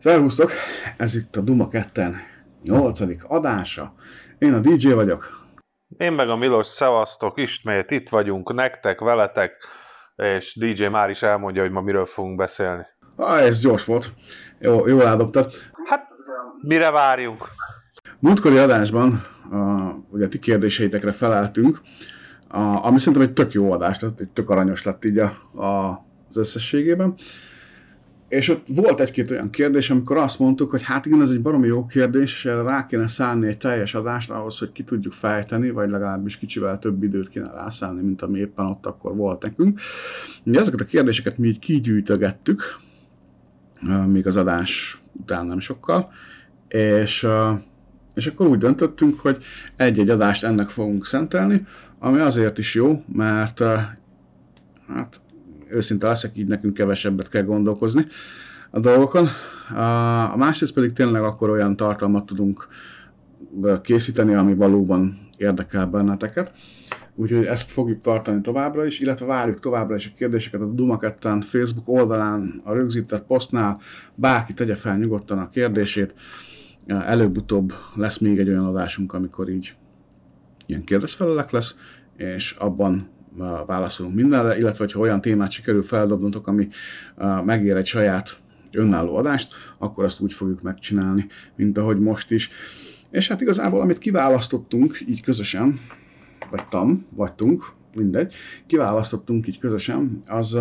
Szervusztok! Ez itt a Duma 2 8. adása. Én a DJ vagyok. Én meg a Milos, szevasztok, ismét itt vagyunk nektek, veletek, és DJ már is elmondja, hogy ma miről fogunk beszélni. Ez gyors volt. Jól eldobtad. Hát, mire várjunk? Múltkori adásban ugye a ti kérdéseitekre feleltünk, ami szerintem egy tök jó adás, tehát egy tök aranyos lett így az összességében. És ott volt egy-két olyan kérdés, amikor azt mondtuk, hogy hát igen, ez egy baromi jó kérdés, és erre rá kéne szánni egy teljes adást ahhoz, hogy ki tudjuk fejteni, vagy legalábbis kicsivel több időt kéne rászánni, mint ami éppen ott akkor volt nekünk. Ugye ezeket a kérdéseket mi így kigyűjtögettük, még az adás után nem sokkal, és akkor úgy döntöttünk, hogy egy-egy adást ennek fogunk szentelni, ami azért is jó, mert hát őszinte leszek, így nekünk kevesebbet kell gondolkozni a dolgokon. A másrészt pedig tényleg akkor olyan tartalmat tudunk készíteni, ami valóban érdekel benneteket. Úgyhogy ezt fogjuk tartani továbbra is, illetve várjuk továbbra is a kérdéseket a Duma 2 Facebook oldalán, a rögzített posztnál. Bárki tegye fel nyugodtan a kérdését. Előbb-utóbb lesz még egy olyan adásunk, amikor így ilyen kérdezfelelek lesz, és abban válaszolunk mindenre, illetve ha olyan témát sikerül feldobnotok, ami megér egy saját önálló adást, akkor azt úgy fogjuk megcsinálni, mint ahogy most is. És hát igazából, amit kiválasztottunk így közösen, vagytunk, mindegy, kiválasztottunk így közösen, az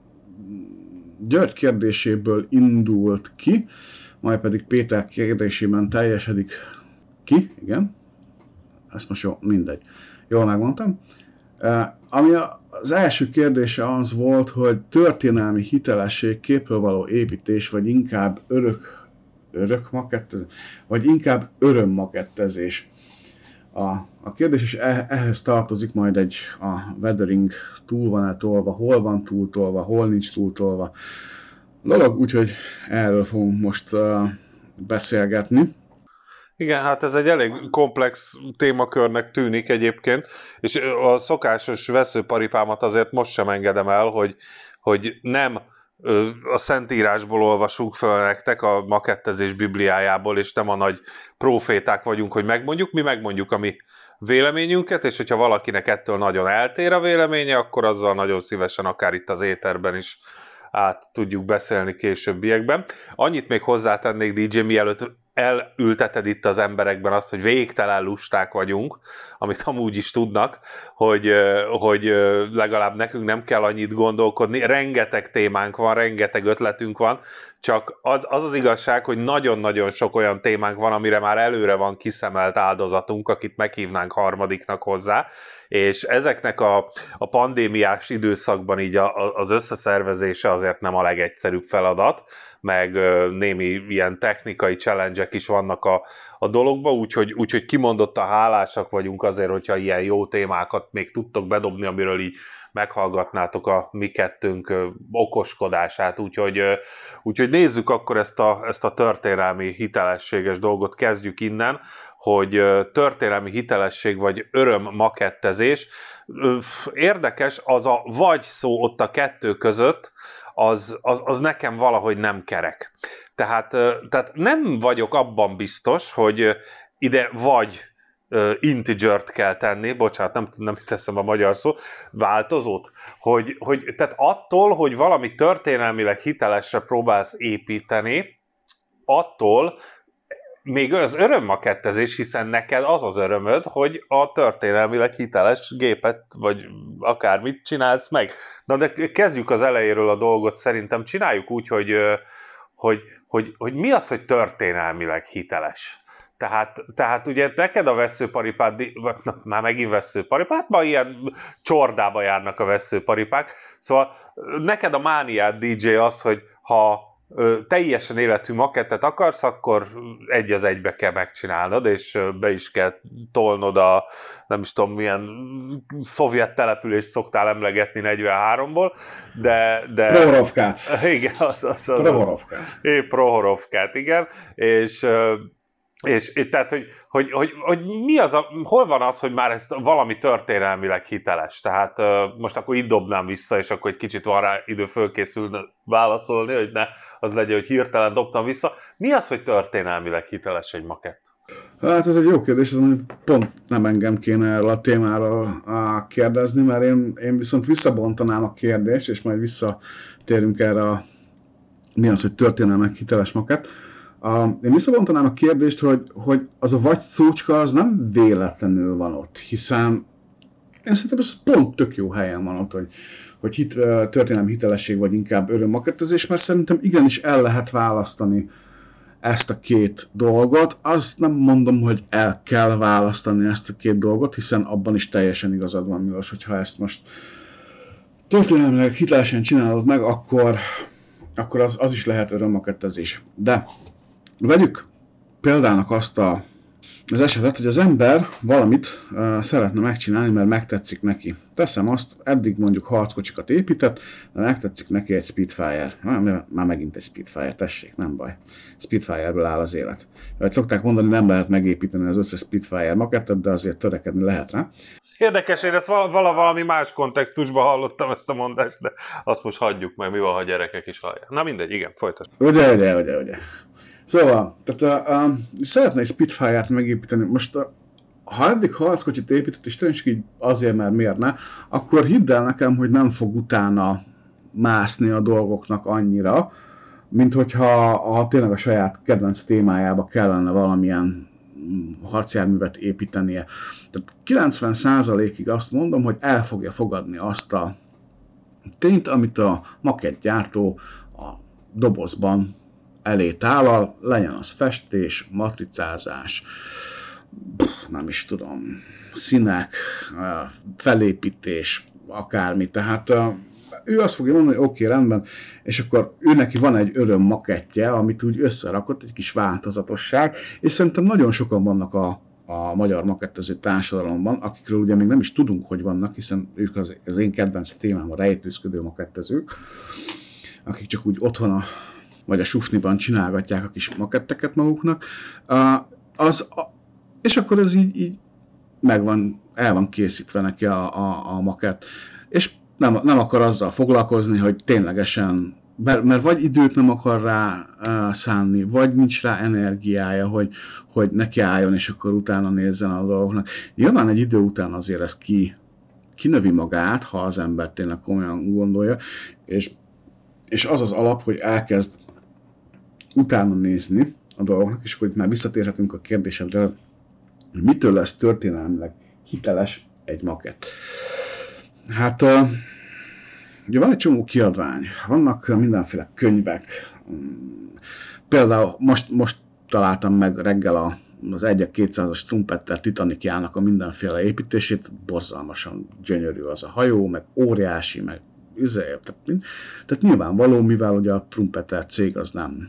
György kérdéséből indult ki, majd pedig Péter kérdésében teljesedik ki, igen, ezt most jó, mindegy, jól megmondtam. Ami az első kérdése az volt, hogy történelmi hitelesség, képről való építés, vagy inkább örök makettezés, vagy inkább örömmakettezés. A kérdés is ehhez tartozik majd a weathering túl van-e tolva, hol van túltolva, hol nincs túltolva dolog, úgyhogy erről fogunk most beszélgetni. Igen, hát ez egy elég komplex témakörnek tűnik egyébként, és a szokásos veszőparipámat azért most sem engedem el, hogy nem a Szentírásból olvasunk föl nektek, a makettezés bibliájából, és nem a nagy proféták vagyunk, hogy megmondjuk, mi megmondjuk a mi véleményünket, és hogyha valakinek ettől nagyon eltér a véleménye, akkor azzal nagyon szívesen akár itt az éterben is át tudjuk beszélni későbbiekben. Annyit még hozzátennék, DJ, mielőtt elülteted itt az emberekben azt, hogy végtelen lusták vagyunk, amit amúgy is tudnak, hogy legalább nekünk nem kell annyit gondolkodni. Rengeteg témánk van, rengeteg ötletünk van, csak az igazság, hogy nagyon-nagyon sok olyan témánk van, amire már előre van kiszemelt áldozatunk, akit meghívnánk harmadiknak hozzá, és ezeknek a pandémiás időszakban így az összeszervezése azért nem a legegyszerűbb feladat, meg némi ilyen technikai challenge-ek is vannak a dologban, úgyhogy kimondottan hálásak vagyunk azért, hogyha ilyen jó témákat még tudtok bedobni, amiről így meghallgatnátok a mi kettőnk okoskodását, úgyhogy nézzük akkor ezt a történelmi hitelességes dolgot, kezdjük innen, hogy történelmi hitelesség vagy örömmakettezés. Érdekes, az a vagy szó ott a kettő között, az nekem valahogy nem kerek. Tehát nem vagyok abban biztos, hogy ide vagy integert kell tenni, bocsánat, nem teszem a magyar szó, változót, tehát attól, hogy valami történelmileg hitelesre próbálsz építeni, attól még az örömmakettezés, hiszen neked az örömöd, hogy a történelmileg hiteles gépet, vagy akármit csinálsz meg. Na de kezdjük az elejéről a dolgot, szerintem csináljuk úgy, hogy mi az, hogy történelmileg hiteles. Tehát ugye neked a veszőparipád, már megint veszőparipád, ma ilyen csordába járnak a veszőparipák, szóval neked a mániád, DJ, az, hogy ha teljesen életű makettet akarsz, akkor egy az egybe kell megcsinálnod, és be is kell tolnod nem is tudom milyen szovjet települést szoktál emlegetni 43-ból, de... Prohorovkát. Igen, Prohorovkát. Prohorovkát, igen, és És tehát, hogy mi az hol van az, hogy már ez valami történelmileg hiteles? Tehát most akkor itt dobnám vissza, és akkor egy kicsit van rá idő fölkészülni válaszolni, hogy ne az legyen, hogy hirtelen dobtam vissza. Mi az, hogy történelmileg hiteles egy makett? Hát ez egy jó kérdés, ez pont nem engem kéne erről a témáról kérdezni, mert én viszont visszabontanám a kérdést, és majd visszatérünk erre mi az, hogy történelmileg hiteles makett. Én visszabontanám a kérdést, hogy az a vagy szócska az nem véletlenül van ott, hiszen én szerintem ez pont tök jó helyen van ott, hogy történelmi hitelesség vagy inkább örömmakettezés, mert szerintem igenis el lehet választani ezt a két dolgot. Azt nem mondom, hogy el kell választani ezt a két dolgot, hiszen abban is teljesen igazad van, Milos, hogyha ezt most történelmileg hitelesen csinálod meg, akkor az is lehet örömmakettezés. De vegyük példának azt az esetet, hogy az ember valamit szeretne megcsinálni, mert megtetszik neki. Teszem azt, eddig mondjuk harckocsikat épített, de megtetszik neki egy Spitfire. Már megint egy Spitfire, tessék, nem baj. Spitfire-ből áll az élet. Ahogy szokták mondani, nem lehet megépíteni az összes Spitfire makettet, de azért törekedni lehet rá. Érdekes, én ezt valami más kontextusban hallottam ezt a mondást, de azt most hagyjuk meg, mi van, ha a gyerekek is hallják. Na mindegy, igen, folytasd. Ugye. Szóval, tehát szeretne egy Spitfire-t megépíteni. Most, ha eddig harckocsit épített, és tényleg így azért, mert miért ne, akkor hidd el nekem, hogy nem fog utána mászni a dolgoknak annyira, mint hogyha tényleg a saját kedvenc témájába kellene valamilyen harcjárművet építenie. Tehát 90%-ig azt mondom, hogy el fogja fogadni azt a tényt, amit a makettgyártó a dobozban elé tálal, legyen az festés, matricázás, nem is tudom, színek, felépítés, akármi. Tehát ő azt fogja mondani, hogy oké, rendben, és akkor ő neki van egy öröm makettje, amit úgy összerakott, egy kis változatosság, és szerintem nagyon sokan vannak a magyar makettező társadalomban, akikről ugye még nem is tudunk, hogy vannak, hiszen ők az én kedvenc témám a rejtőzködő makettezők, akik csak úgy otthon vagy a sufniban csinálgatják a kis maketteket maguknak, és akkor ez így el van készítve neki a makett. És nem akar azzal foglalkozni, hogy ténylegesen, mert vagy időt nem akar rá szánni, vagy nincs rá energiája, hogy neki álljon, és akkor utána nézzen a dolgoknak. Nyilván egy idő után azért ez kinövi magát, ha az ember tényleg komolyan gondolja, és az az alap, hogy elkezd utána nézni a dolgoknak, és akkor itt már visszatérhetünk a kérdésedre, hogy mitől lesz történelmileg hiteles egy makett. Hát, ugye van egy csomó kiadvány, vannak mindenféle könyvek, például most találtam meg reggel az 1-200-as Trumpeter Titanicjának a mindenféle építését, borzalmasan gyönyörű az a hajó, meg óriási, meg tehát nyilvánvaló, mivel ugye a Trumpeter cég az nem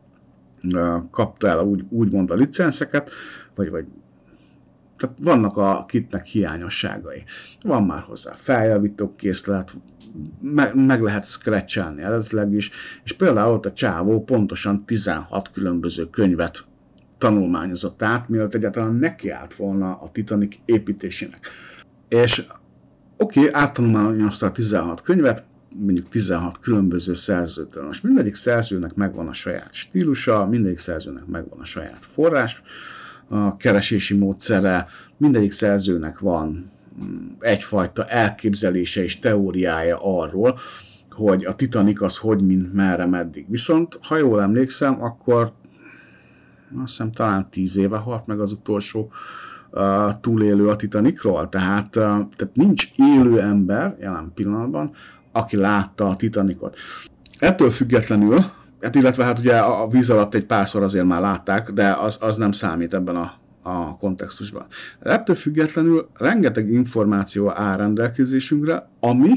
kapta el úgymond a licenszeket, vagy tehát vannak a kitnek hiányosságai. Van már hozzá feljavító készlet, meg lehet scratchelni eredetileg is, és például ott a csávó pontosan 16 különböző könyvet tanulmányozott át, mielőtt egyáltalán nekiállt volna a Titanic építésének. És áttanulmányozta a 16 könyvet, mondjuk 16 különböző szerzőtől. Most mindegyik szerzőnek megvan a saját stílusa, mindegyik szerzőnek megvan a saját forrás, a keresési módszere, mindegyik szerzőnek van egyfajta elképzelése és teóriája arról, hogy a Titanic az hogy, mint merre, meddig. Viszont, ha jól emlékszem, akkor azt hiszem talán 10 éve halt meg az utolsó túlélő a Titanicról, tehát nincs élő ember jelen pillanatban, aki látta a Titanicot. Ettől függetlenül, illetve hát ugye a víz alatt egy párszor azért már látták, de az nem számít ebben a kontextusban. Ettől függetlenül rengeteg információ áll rendelkezésünkre, ami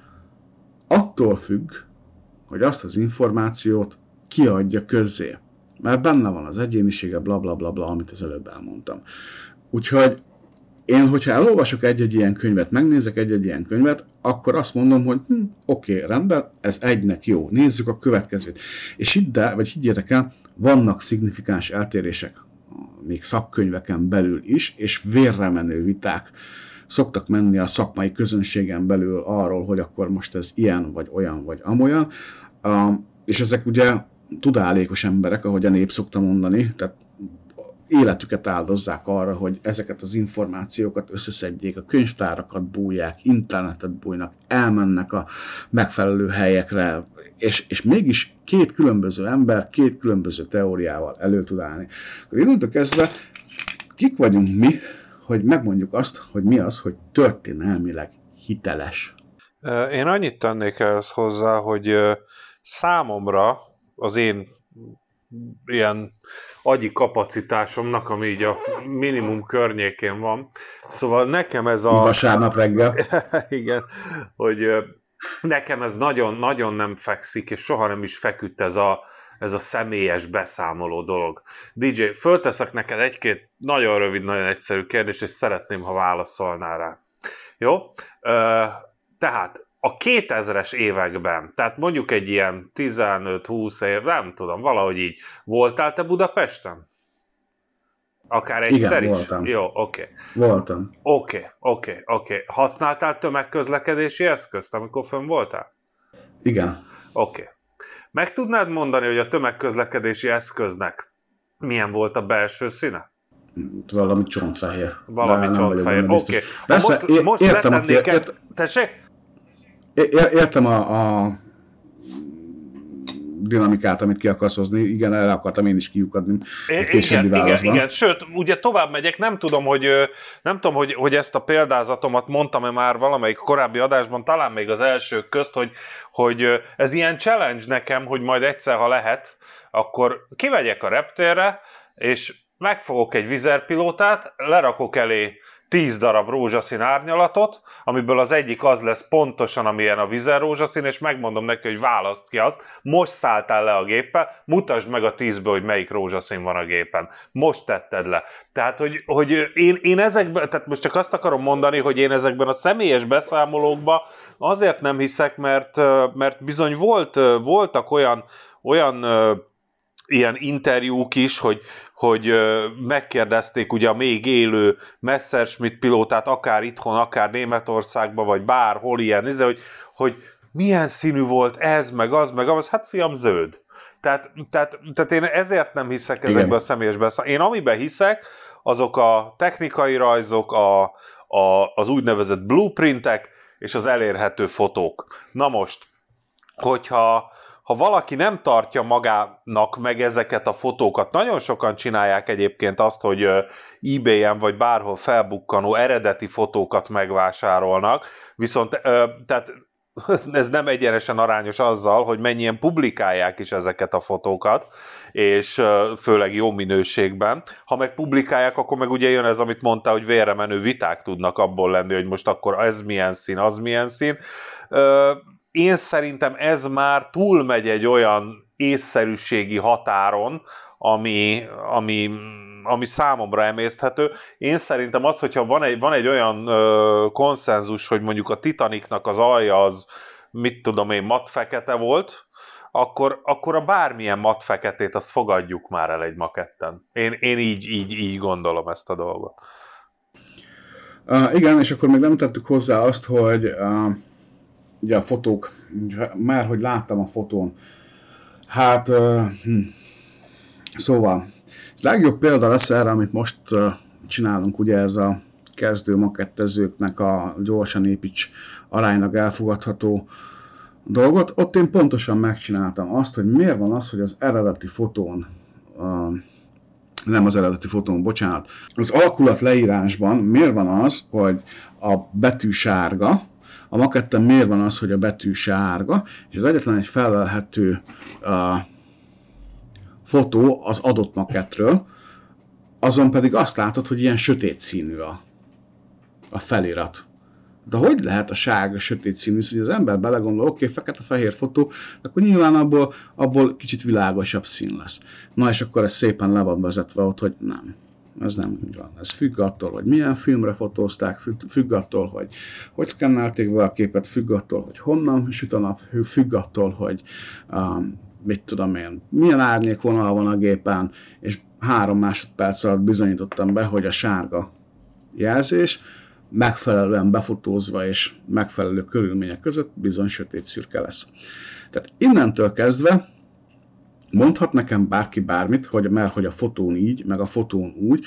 attól függ, hogy azt az információt kiadja közzé. Mert benne van az egyénisége, blablabla, amit az előbb elmondtam. Úgyhogy én, hogyha elolvasok egy-egy ilyen könyvet, megnézek egy-egy ilyen könyvet, akkor azt mondom, hogy oké, rendben, ez egynek jó, nézzük a következőt. És higgyétek el, vannak szignifikáns eltérések még szakkönyveken belül is, és vérre menő viták szoktak menni a szakmai közönségen belül arról, hogy akkor most ez ilyen, vagy olyan, vagy amolyan. És ezek ugye tudálékos emberek, ahogy a nép szokta mondani, tehát életüket áldozzák arra, hogy ezeket az információkat összeszedjék, a könyvtárakat bújják, internetet bújnak, elmennek a megfelelő helyekre, és mégis két különböző ember, két különböző teóriával elő tud állni. Akkor innentől kezdve kik vagyunk mi, hogy megmondjuk azt, hogy mi az, hogy történelmileg hiteles. Én annyit tennék ehhez hozzá, hogy számomra az én ilyen agyi kapacitásomnak, ami így a minimum környékén van. Szóval nekem ez a... Vasárnap reggel. Igen, hogy nekem ez nagyon nem fekszik, és soha nem is feküdt ez a személyes beszámoló dolog. DJ, fölteszek neked egy-két nagyon rövid, nagyon egyszerű kérdést, és szeretném, ha válaszolnál rá. Jó? Tehát a 2000-es években, tehát mondjuk egy ilyen 15-20 év, nem tudom, valahogy így, voltál te Budapesten? Akár egyszer is? Voltam. Jó, oké. Voltam. Oké. Használtál tömegközlekedési eszközt, amikor fönn voltál? Igen. Oké. Meg tudnád mondani, hogy a tömegközlekedési eszköznek milyen volt a belső színe? Valami csontfehér. Valami csontfehér, oké. Most értem, letennék... Tessék? Értem a dinamikát, amit ki akarsz hozni. Igen, erre akartam én is kiukadni. Igen. Sőt, ugye tovább megyek, nem tudom, hogy ezt a példázatomat mondtam-e már valamelyik korábbi adásban, talán még az elsők közt, hogy ez ilyen challenge nekem, hogy majd egyszer, ha lehet, akkor kimegyek a reptérre, és megfogok egy vizerpilótát, lerakok elé 10 darab rózsaszín árnyalatot, amiből az egyik az lesz pontosan, amilyen a vizer rózsaszín, és megmondom neki, hogy választ ki azt, most szálltál le a géppel, mutasd meg a 10-ből, hogy melyik rózsaszín van a gépen. Most tetted le. Tehát, hogy én ezekben, tehát most csak azt akarom mondani, hogy én ezekben a személyes beszámolókban azért nem hiszek, mert bizony voltak olyan ilyen interjúk is, hogy megkérdezték ugye a még élő Messerschmitt pilótát, akár itthon, akár Németországban, vagy bárhol ilyen, hogy milyen színű volt ez, meg az, hát fiam, zöld. Tehát én ezért nem hiszek ezekben a személyes beszámolókban. Én amiben hiszek, azok a technikai rajzok, az úgynevezett blueprintek, és az elérhető fotók. Na most, hogyha valaki nem tartja magának meg ezeket a fotókat, nagyon sokan csinálják egyébként azt, hogy eBay-en vagy bárhol felbukkanó eredeti fotókat megvásárolnak, viszont tehát ez nem egyenesen arányos azzal, hogy mennyien publikálják is ezeket a fotókat, és főleg jó minőségben. Ha meg publikálják, akkor meg ugye jön ez, amit mondtál, hogy vérre menő viták tudnak abból lenni, hogy most akkor ez milyen szín, az milyen szín. Én szerintem ez már túlmegy egy olyan észszerűségi határon, ami számomra emészthető. Én szerintem az, hogyha van egy olyan konszenzus, hogy mondjuk a Titanicnak az alja az, mit tudom én, mattfekete volt, akkor a bármilyen mattfeketét azt fogadjuk már el egy maketten. Én így gondolom ezt a dolgot. Igen, és akkor még nem tettük hozzá azt, hogy ugye a fotók, már hogy láttam a fotón, hát szóval, a legjobb példa lesz erre, amit most csinálunk, ugye ez a kezdő makettezőknek a gyorsan építs aránylag elfogadható dolgot. Ott én pontosan megcsináltam azt, hogy miért van az, hogy az eredeti fotón, nem az eredeti fotón, bocsánat, az alkulat leírásban miért van az, hogy a betű sárga, a maketten miért van az, hogy a betű sárga, és az egyetlen egy felelhető fotó az adott makettről, azon pedig azt látod, hogy ilyen sötét színű a felirat. De hogy lehet a sárga sötét színű, hogy az ember belegondol, oké, fekete-fehér fotó, akkor nyilván abból kicsit világosabb szín lesz. Na és akkor ez szépen le van vezetve ott, hogy nem. Ez nem úgy van. Ez függ attól, hogy milyen filmre fotózták, függ attól, hogy szkennelték be a képet, függ attól, hogy honnan süt a nap, függ attól, hogy mit tudom én, milyen árnyékvonal van a gépen, és 3 másodperc alatt bizonyítottam be, hogy a sárga jelzés megfelelően befotózva és megfelelő körülmények között bizony sötét szürke lesz. Tehát innentől kezdve mondhat nekem bárki bármit, hogy mert hogy a fotón így, meg a fotón úgy,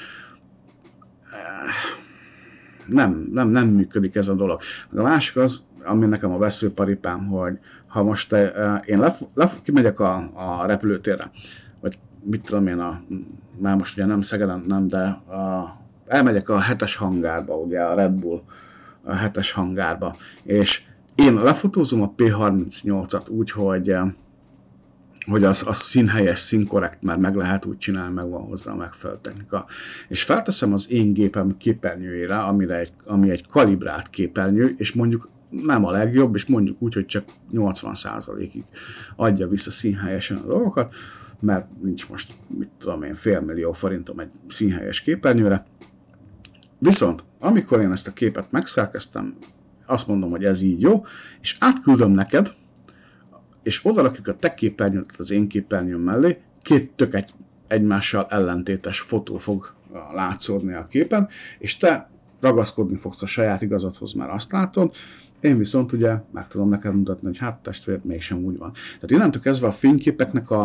nem működik ez a dolog. A másik az, ami nekem a veszőparipám, hogy ha most én kimegyek a repülőtérre, vagy mit tudom én, már most ugye nem Szegeden, nem, de elmegyek a 7-es hangárba, ugye a Red Bull a 7-es hangárba, és én lefotózom a P38-at úgy, hogy az színhelyes, színkorrekt, mert meg lehet úgy csinálni, meg van hozzá a megfelelő technika. És felteszem az én gépem képernyőjére, ami egy kalibrált képernyő, és mondjuk nem a legjobb, és mondjuk úgy, hogy csak 80%-ig adja vissza színhelyesen a dolgokat, mert nincs most, mit tudom én, $500 000 forintom egy színhelyes képernyőre. Viszont, amikor én ezt a képet megszerkeztem, azt mondom, hogy ez így jó, és átküldöm neked, és odarakjuk a te képernyőt az én képernyőm mellé, két tök egymással ellentétes fotó fog látszódni a képen, és te ragaszkodni fogsz a saját igazadhoz, mert azt látod, én viszont ugye meg tudom neked mutatni, hogy hát testvér, mégsem úgy van. Tehát innentől kezdve a fényképeknek a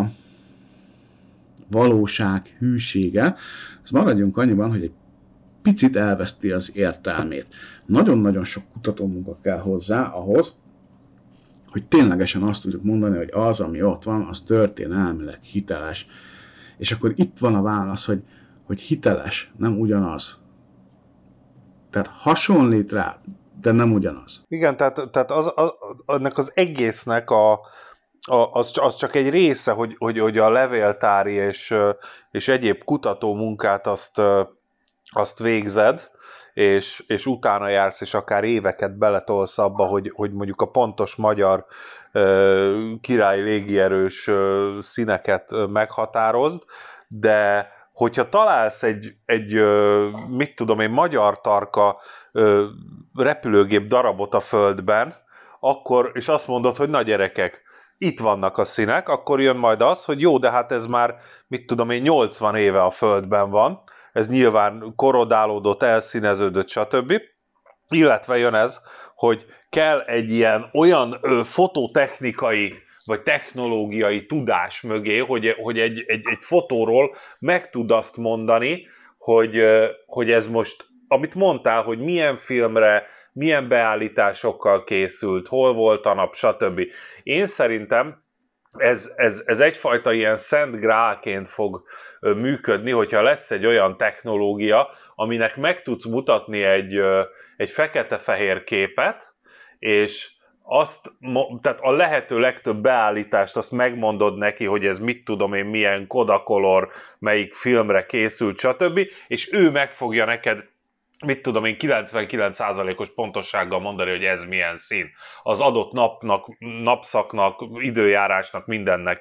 valóság, hűsége, ez maradjunk annyiban, hogy egy picit elveszti az értelmét. Nagyon-nagyon sok kutatómunka kell hozzá ahhoz, hogy ténylegesen azt tudjuk mondani, hogy az, ami ott van, az történelmileg hiteles. És akkor itt van a válasz, hogy hiteles, nem ugyanaz. Tehát hasonlít rá, de nem ugyanaz. Igen, tehát ennek az egésznek az csak egy része, hogy a levéltári és egyéb kutató munkát azt végzed, és utána jársz, és akár éveket beletolsz abba, hogy mondjuk a pontos magyar királyi légierős színeket meghatározd, de hogyha találsz egy mit tudom én, magyar tarka repülőgép darabot a földben, akkor, és azt mondod, hogy na gyerekek, itt vannak a színek, akkor jön majd az, hogy jó, de hát ez már, mit tudom én, 80 éve a földben van, ez nyilván korodálódott, elszíneződött, stb. Illetve jön ez, hogy kell egy ilyen olyan fototechnikai vagy technológiai tudás mögé, hogy egy fotóról meg tud azt mondani, hogy ez most, amit mondtál, hogy milyen filmre, milyen beállításokkal készült, hol volt a nap, stb. Én szerintem ez egyfajta ilyen szent grálként fog működni, hogyha lesz egy olyan technológia, aminek meg tudsz mutatni egy fekete-fehér képet, és tehát a lehető legtöbb beállítást azt megmondod neki, hogy ez mit tudom én, milyen Kodacolor, melyik filmre készült, stb. És ő meg fogja neked, mit tudom én, 99%-os pontossággal mondani, hogy ez milyen szín. Az adott napnak, napszaknak, időjárásnak, mindennek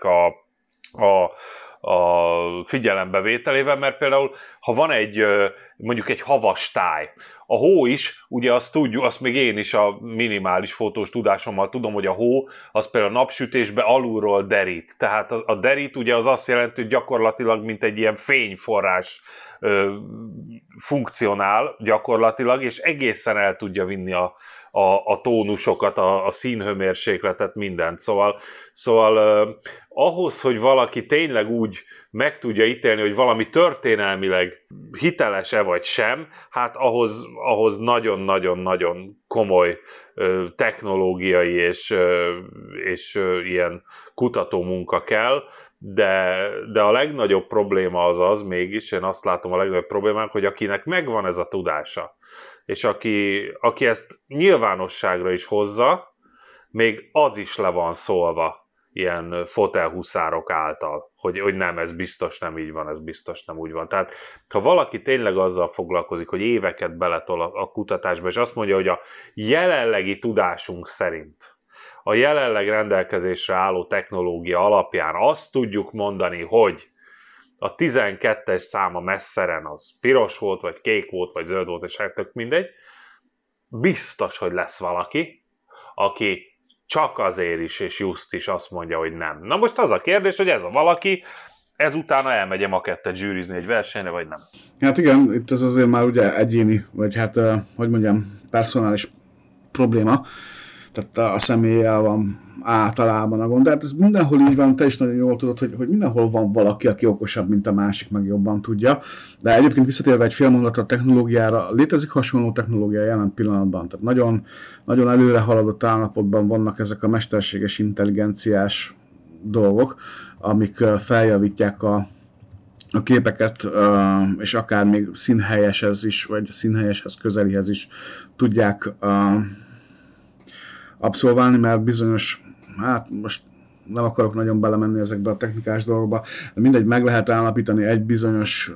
a figyelembevételével, mert például, ha van mondjuk egy havas táj, a hó is, ugye azt tudjuk, azt még én is a minimális fotós tudásommal tudom, hogy a hó az például a napsütésbe alulról derít. Tehát a derít ugye az azt jelenti, hogy gyakorlatilag mint egy ilyen fényforrás funkcionál gyakorlatilag, és egészen el tudja vinni a tónusokat, a színhőmérsékletet, mindent. Szóval ahhoz, hogy valaki tényleg úgy meg tudja ítélni, hogy valami történelmileg hiteles-e vagy sem, hát ahhoz nagyon-nagyon-nagyon komoly technológiai és ilyen kutatómunka kell, de a legnagyobb probléma az mégis, én azt látom a legnagyobb problémánk, hogy akinek megvan ez a tudása, és aki ezt nyilvánosságra is hozza, még az is le van szólva ilyen fotelhuszárok által, hogy nem, ez biztos nem így van, ez biztos nem úgy van. Tehát ha valaki tényleg azzal foglalkozik, hogy éveket beletol a kutatásba, és azt mondja, hogy a jelenlegi tudásunk szerint, a jelenleg rendelkezésre álló technológia alapján azt tudjuk mondani, hogy a 12-es száma messzeren az piros volt, vagy kék volt, vagy zöld volt, és hát tök mindegy, biztos, hogy lesz valaki, aki csak azért is, és just is azt mondja, hogy nem. Na most az a kérdés, hogy ez a valaki, ezután elmegy-e makettet zsűrizni egy versenyre, vagy nem? Hát igen, itt ez azért már ugye egyéni, vagy hát, hogy mondjam, personális probléma, tehát a személlyel van általában a gond. De hát ez mindenhol így van, te is nagyon jól tudod, hogy mindenhol van valaki, aki okosabb, mint a másik, meg jobban tudja. De egyébként visszatérve egy fél mondatot a technológiára, létezik hasonló technológia jelen pillanatban. Tehát nagyon, nagyon előre haladott állapotban vannak ezek a mesterséges intelligenciás dolgok, amik feljavítják a képeket, és akár még színhelyeshez is, vagy színhelyeshez közelihez is tudják abszolválni, mert bizonyos, hát most nem akarok nagyon belemenni ezekbe a technikás dolgokba, de mindegy, meg lehet állapítani egy bizonyos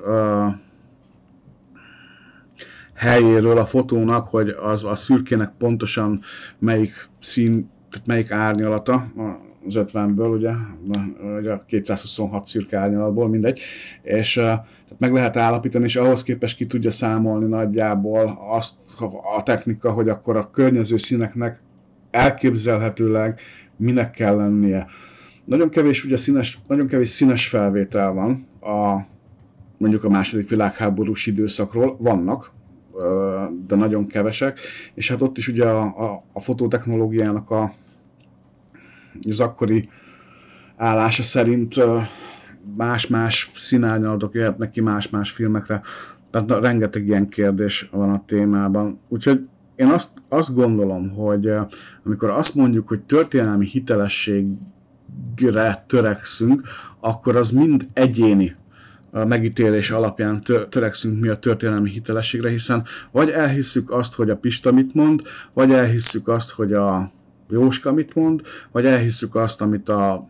helyéről a fotónak, hogy a szürkének pontosan melyik szín, melyik árnyalata, az 50-ből, ugye a 226 szürke árnyalatból, mindegy, és tehát meg lehet állapítani, és ahhoz képest ki tudja számolni nagyjából azt a technika, hogy akkor a környező színeknek elképzelhetőleg minek kell lennie. Nagyon kevés színes felvétel van mondjuk a második világháborús időszakról, vannak, de nagyon kevesek, és hát ott is ugye a fototechnológiának az akkori állása szerint más-más színárnyalatok jöhetnek ki más-más filmekre, tehát rengeteg ilyen kérdés van a témában. Úgyhogy én azt gondolom, hogy amikor azt mondjuk, hogy történelmi hitelességre törekszünk, akkor az mind egyéni megítélés alapján törekszünk mi a történelmi hitelességre, hiszen vagy elhisszük azt, hogy a Pista mit mond, vagy elhisszük azt, hogy a Jóska mit mond, vagy elhisszük azt, amit a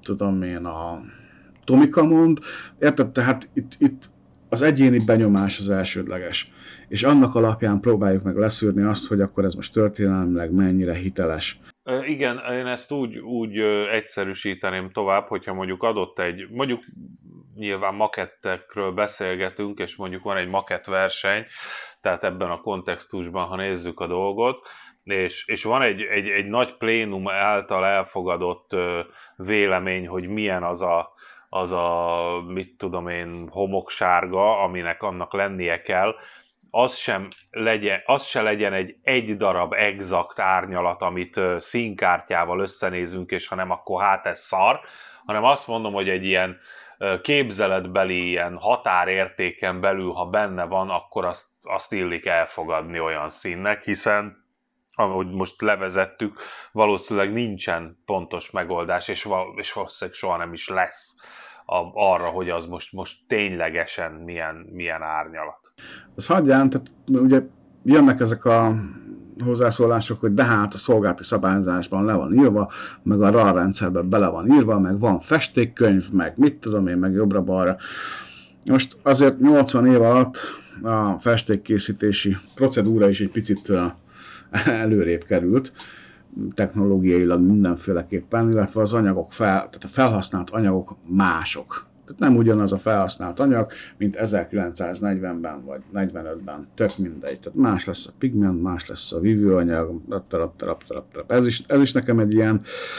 Tomika mond. Érted? Tehát itt az egyéni benyomás az elsődleges. És annak alapján próbáljuk meg leszűrni azt, hogy akkor ez most történelmileg mennyire hiteles. Igen, én ezt úgy egyszerűsíteném tovább, hogyha mondjuk adott mondjuk nyilván makettekről beszélgetünk, és mondjuk van egy makettverseny, tehát ebben a kontextusban, ha nézzük a dolgot, és van egy nagy plénum által elfogadott vélemény, hogy milyen az a mit tudom én, homoksárga, aminek annak lennie kell, az se legyen egy darab exakt árnyalat, amit színkártyával összenézünk, és ha nem, akkor hát ez szar, hanem azt mondom, hogy egy ilyen képzeletbeli ilyen határértéken belül, ha benne van, akkor azt illik elfogadni olyan színnek, hiszen ahogy most levezettük, valószínűleg nincsen pontos megoldás, és valószínűleg soha nem is lesz arra, hogy az most ténylegesen milyen árnyalat. Az hagyján, tehát ugye jönnek ezek a hozzászólások, hogy de hát a szolgálati szabályozásban le van írva, meg a RAR rendszerben bele van írva, meg van festékkönyv, meg mit tudom én, meg jobbra-balra. Most azért 80 év alatt a festékkészítési procedúra is egy picit előrébb került, technológiailag mindenféleképpen, illetve az anyagok, tehát a felhasznált anyagok mások. Tehát nem ugyanaz a felhasznált anyag, mint 1940-ben vagy 45-ben, tök mindegy. Tehát más lesz a pigment, más lesz a vívőanyag, ez is nekem egy ilyen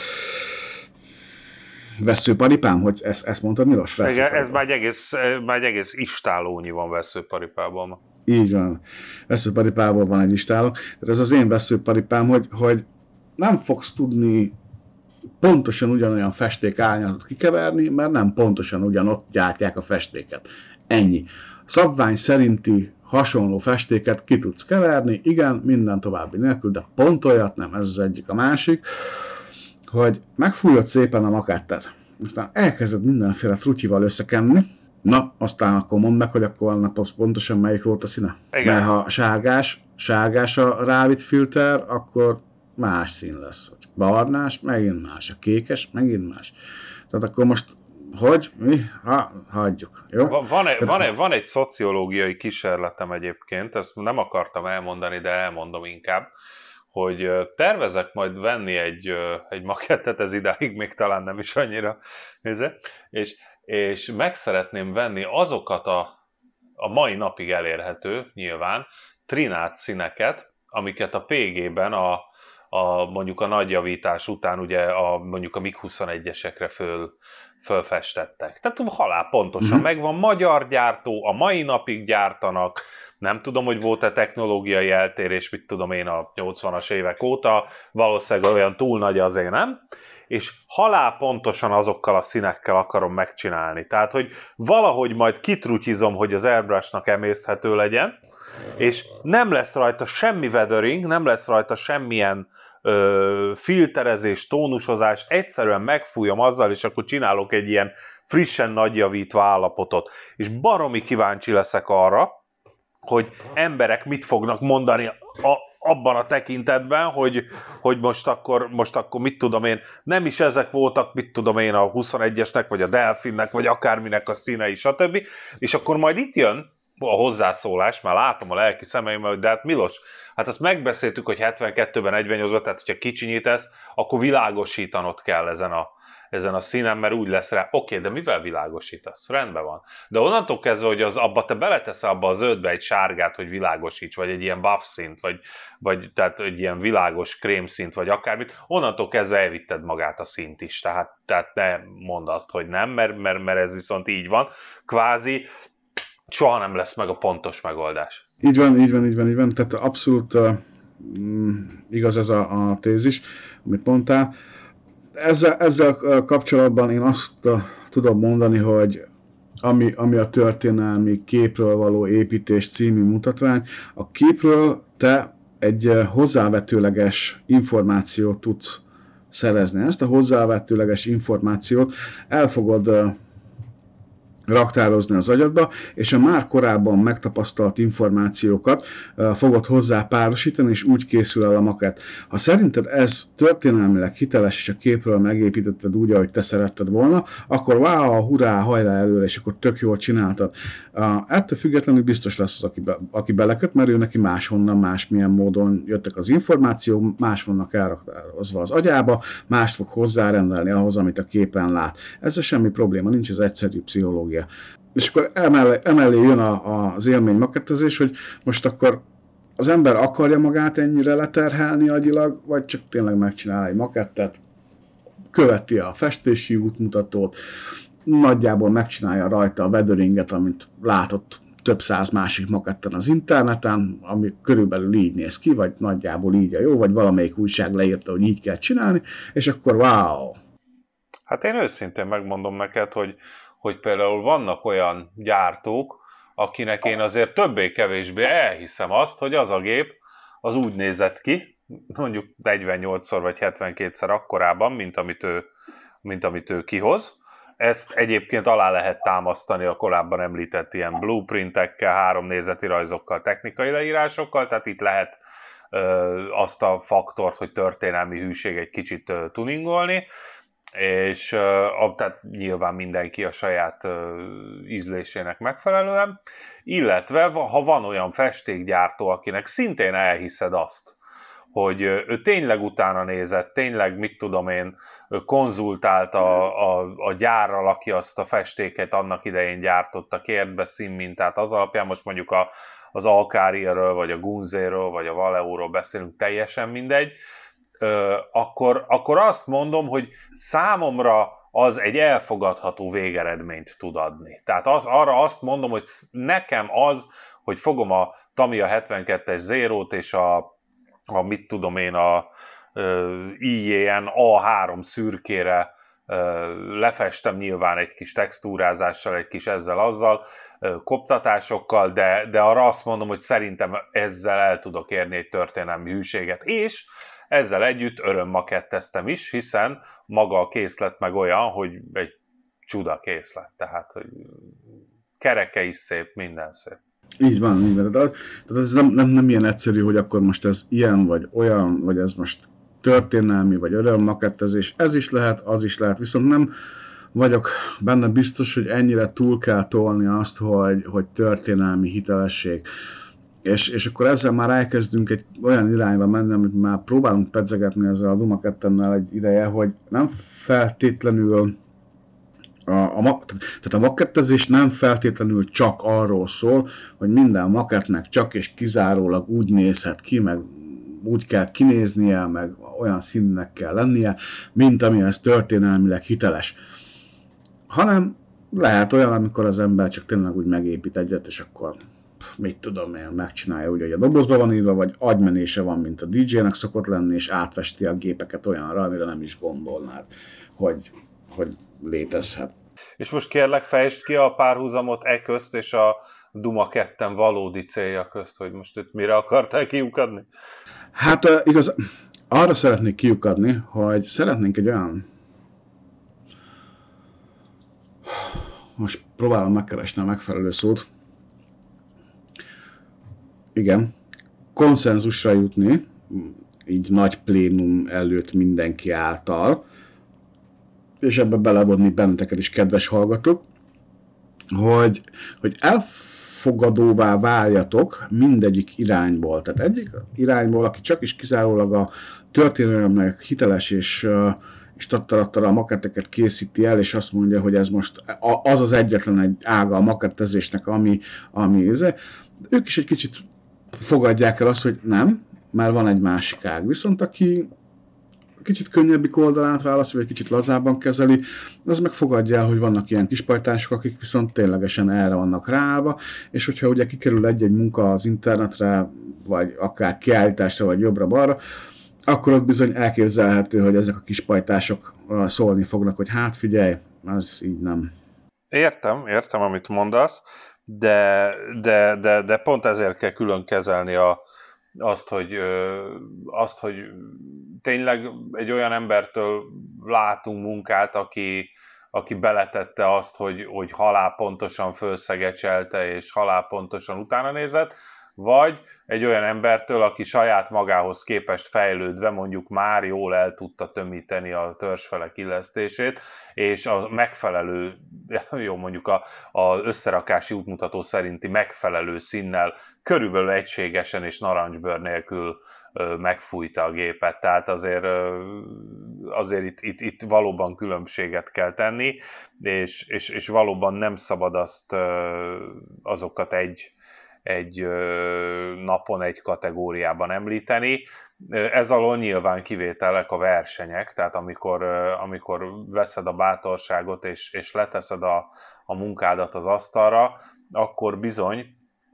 vesszőparipám, hogy ezt mondtad, Milos? Ez már egy egész istálónyi van vesszőparipában. Így van. Vesszőparipából van egy istáló. Tehát ez az én vesszőparipám, hogy nem fogsz tudni pontosan ugyanolyan festék árnyalatot kikeverni, mert nem pontosan ugyanott gyártják a festéket. Ennyi. Szabvány szerinti hasonló festéket ki tudsz keverni, igen, minden további nélkül, de pont olyat nem, ez az egyik. A másik, hogy megfújod szépen a makettet, aztán elkezded mindenféle trutyival összekenni, na, aztán akkor mondd meg, hogy akkor annak pontosan melyik volt a színe. Igen. Mert ha sárgás a rávitt filter, akkor más szín lesz. Barnás, megint más. A kékes, megint más. Tehát akkor most mi? Hagyjuk. Jó? Van egy szociológiai kísérletem egyébként, ezt nem akartam elmondani, de elmondom inkább, hogy tervezek majd venni egy makettet, ez idáig még talán nem is annyira, és meg szeretném venni azokat a mai napig elérhető, nyilván, trinált színeket, amiket a PG-ben a mondjuk a nagy javítás után ugye mondjuk a MiG-21-esekre fölfestettek. Tehát halál pontosan megvan, magyar gyártó, a mai napig gyártanak, nem tudom, hogy volt-e technológiai eltérés, mit tudom én a 80-as évek óta, valószínűleg olyan túl nagy azért nem, és halál pontosan azokkal a színekkel akarom megcsinálni. Tehát, hogy valahogy majd kitrutyizom, hogy az airbrushnak emészthető legyen, és nem lesz rajta semmi weathering, nem lesz rajta semmilyen filterezés, tónusozás, egyszerűen megfújom azzal, és akkor csinálok egy ilyen frissen nagyjavítva állapotot. És baromi kíváncsi leszek arra, hogy emberek mit fognak mondani abban a tekintetben, hogy most akkor mit tudom én, nem is ezek voltak, mit tudom én, a 21-esnek, vagy a Delfinnek, vagy akárminek a színei, stb. És akkor majd itt jön a hozzászólás, már látom a lelki szemeimmel, hogy de hát Milos, hát azt megbeszéltük, hogy 72-ben, 48-ban, tehát hogyha kicsinyítesz, akkor világosítanod kell ezen a színen, mert úgy lesz rá. Oké, de mivel világosítasz? Rendben van. De onnantól kezdve, hogy abba te beleteszel abba a zöldbe egy sárgát, hogy világosíts, vagy egy ilyen buff szint, vagy tehát egy ilyen világos krém szint, vagy akármit, onnantól kezdve elvitted magát a szint is. Tehát ne mondd azt, hogy nem, mert ez viszont így van. Kvázi soha nem lesz meg a pontos megoldás. Így van. Tehát abszolút igaz ez a tézis, amit mondtál. Ezzel kapcsolatban én azt tudom mondani, hogy ami a történelmi képről való építés című mutatvány, a képről te egy hozzávetőleges információt tudsz szerezni. Ezt a hozzávetőleges információt el fogod raktározni az agyadba, és a már korábban megtapasztalt információkat fogod hozzá párosítani, és úgy készül el a makett. Ha szerinted ez történelmileg hiteles, és a képről megépítetted úgy, ahogy te szeretted volna, akkor wow, hurrá, hajrá előre, és akkor tök jól csináltad. Ettől függetlenül biztos lesz az, aki beleköt, mert ő neki máshonnan, másmilyen módon jöttek az információk, más vannak elraktározva az agyába, mást fog hozzárendelni ahhoz, amit a képen lát. Ezzel semmi probléma, nincs, ez egyszerű pszichológia. És akkor emellé jön az élmény makettezés, hogy most akkor az ember akarja magát ennyire leterhelni agyilag, vagy csak tényleg megcsinál egy makettet, követi a festési útmutatót, nagyjából megcsinálja rajta a weatheringet, amit látott több száz másik maketten az interneten, ami körülbelül így néz ki, vagy nagyjából így a jó, vagy valamelyik újság leírta, hogy így kell csinálni, és akkor wow! Hát én őszintén megmondom neked, hogy például vannak olyan gyártók, akinek én azért többé-kevésbé elhiszem azt, hogy az a gép az úgy nézett ki, mondjuk 48-szor vagy 72-szer akkorában, mint amit ő kihoz. Ezt egyébként alá lehet támasztani a korábban említett ilyen blueprintekkel, 3 nézeti rajzokkal, technikai leírásokkal, tehát itt lehet azt a faktort, hogy történelmi hűség egy kicsit tuningolni, és tehát nyilván mindenki a saját ízlésének megfelelően, illetve ha van olyan festékgyártó, akinek szintén elhiszed azt, hogy ő tényleg utána nézett, tényleg, mit tudom én, konzultált a gyárral, aki azt a festéket annak idején gyártotta, kért be színmintát, az alapján most mondjuk az Alkariről, vagy a Gunzéről, vagy a Valeóról beszélünk, teljesen mindegy, akkor azt mondom, hogy számomra az egy elfogadható végeredményt tud adni. Tehát arra azt mondom, hogy nekem az, hogy fogom a Tamiya 72-es Zero-t és mit tudom én, a IJN A3 szürkére lefestem nyilván egy kis textúrázással, egy kis ezzel-azzal, koptatásokkal, de arra azt mondom, hogy szerintem ezzel el tudok érni egy történelmi hűséget, és ezzel együtt örömmaketteztem is, hiszen maga a készlet meg olyan, hogy egy csuda készlet, tehát hogy kereke is szép, minden szép. Így van. De ez nem ilyen egyszerű, hogy akkor most ez ilyen, vagy olyan, vagy ez most történelmi, vagy örömmakettezés. Ez is lehet, az is lehet, viszont nem vagyok benne biztos, hogy ennyire túl kell tolni azt, hogy történelmi hitelesség. És akkor ezzel már elkezdünk egy olyan irányba menni, amit már próbálunk pedzegetni ezzel a Duma 2-nel egy ideje, hogy nem feltétlenül tehát a makettezés nem feltétlenül csak arról szól, hogy minden makettnek csak és kizárólag úgy nézhet ki, meg úgy kell kinéznie, meg olyan színnek kell lennie, mint ami ez történelmileg hiteles. Hanem lehet olyan, amikor az ember csak tényleg úgy megépít egyet, és akkor mit tudom én, megcsinálja úgy, hogy a dobozba van írva, vagy agymenése van, mint a DJ-nek szokott lenni, és átvesti a gépeket olyanra, amire nem is gondolnád, hogy létezhet. És most kérlek, fejtsd ki a párhuzamot közt és a Duma 2 valódi célja közt, hogy most itt mire akartál kiukadni? Hát igaz, arra szeretnék kiukadni, hogy szeretnénk egy olyan... Most próbálom megkeresni a megfelelő szót. Igen, konszenzusra jutni, így nagy plénum előtt mindenki által, és ebbe belevonni benneteket is, kedves hallgatók, hogy elfogadóvá váljatok mindegyik irányból. Tehát egyik irányból, aki csak is kizárólag a történelemnek hiteles és tattarattara a maketteket készíti el, és azt mondja, hogy ez most az egyetlen egy ága a makettezésnek, ami ők is egy kicsit fogadják el azt, hogy nem, mert van egy másik ág. Viszont aki kicsit könnyebbik oldalát válaszol, vagy kicsit lazábban kezeli, az meg fogadja el, hogy vannak ilyen kispajtások, akik viszont ténylegesen erre vannak ráállva, és hogyha ugye kikerül egy-egy munka az internetre, vagy akár kiállításra, vagy jobbra-balra, akkor ott bizony elképzelhető, hogy ezek a kispajtások szólni fognak, hogy hát figyelj, az így nem. Értem, amit mondasz, de pont ezért kell külön kezelni azt, hogy tényleg egy olyan embertől látunk munkát, aki beletette azt, hogy halálpontosan fölszegecselte és halálpontosan utána nézett, vagy egy olyan embertől, aki saját magához képest fejlődve mondjuk már jól el tudta tömíteni a törzsfelek illesztését, és a megfelelő, mondjuk az összerakási útmutató szerinti megfelelő színnel körülbelül egységesen és narancsbőr nélkül megfújta a gépet. Tehát azért itt valóban különbséget kell tenni, és valóban nem szabad azokat egy napon egy kategóriában említeni. Ez alól nyilván kivételek a versenyek, tehát amikor veszed a bátorságot és leteszed a munkádat az asztalra, akkor bizony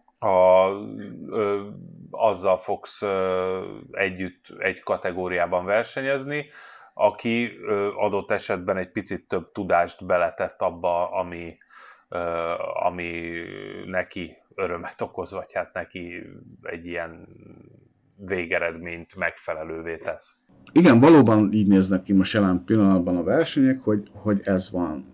azzal fogsz együtt egy kategóriában versenyezni, aki adott esetben egy picit több tudást beletett abba, ami neki örömet okoz, vagy hát neki egy ilyen végeredményt megfelelővé tesz. Igen, valóban így néznek ki most jelen pillanatban a versenyek, hogy ez van.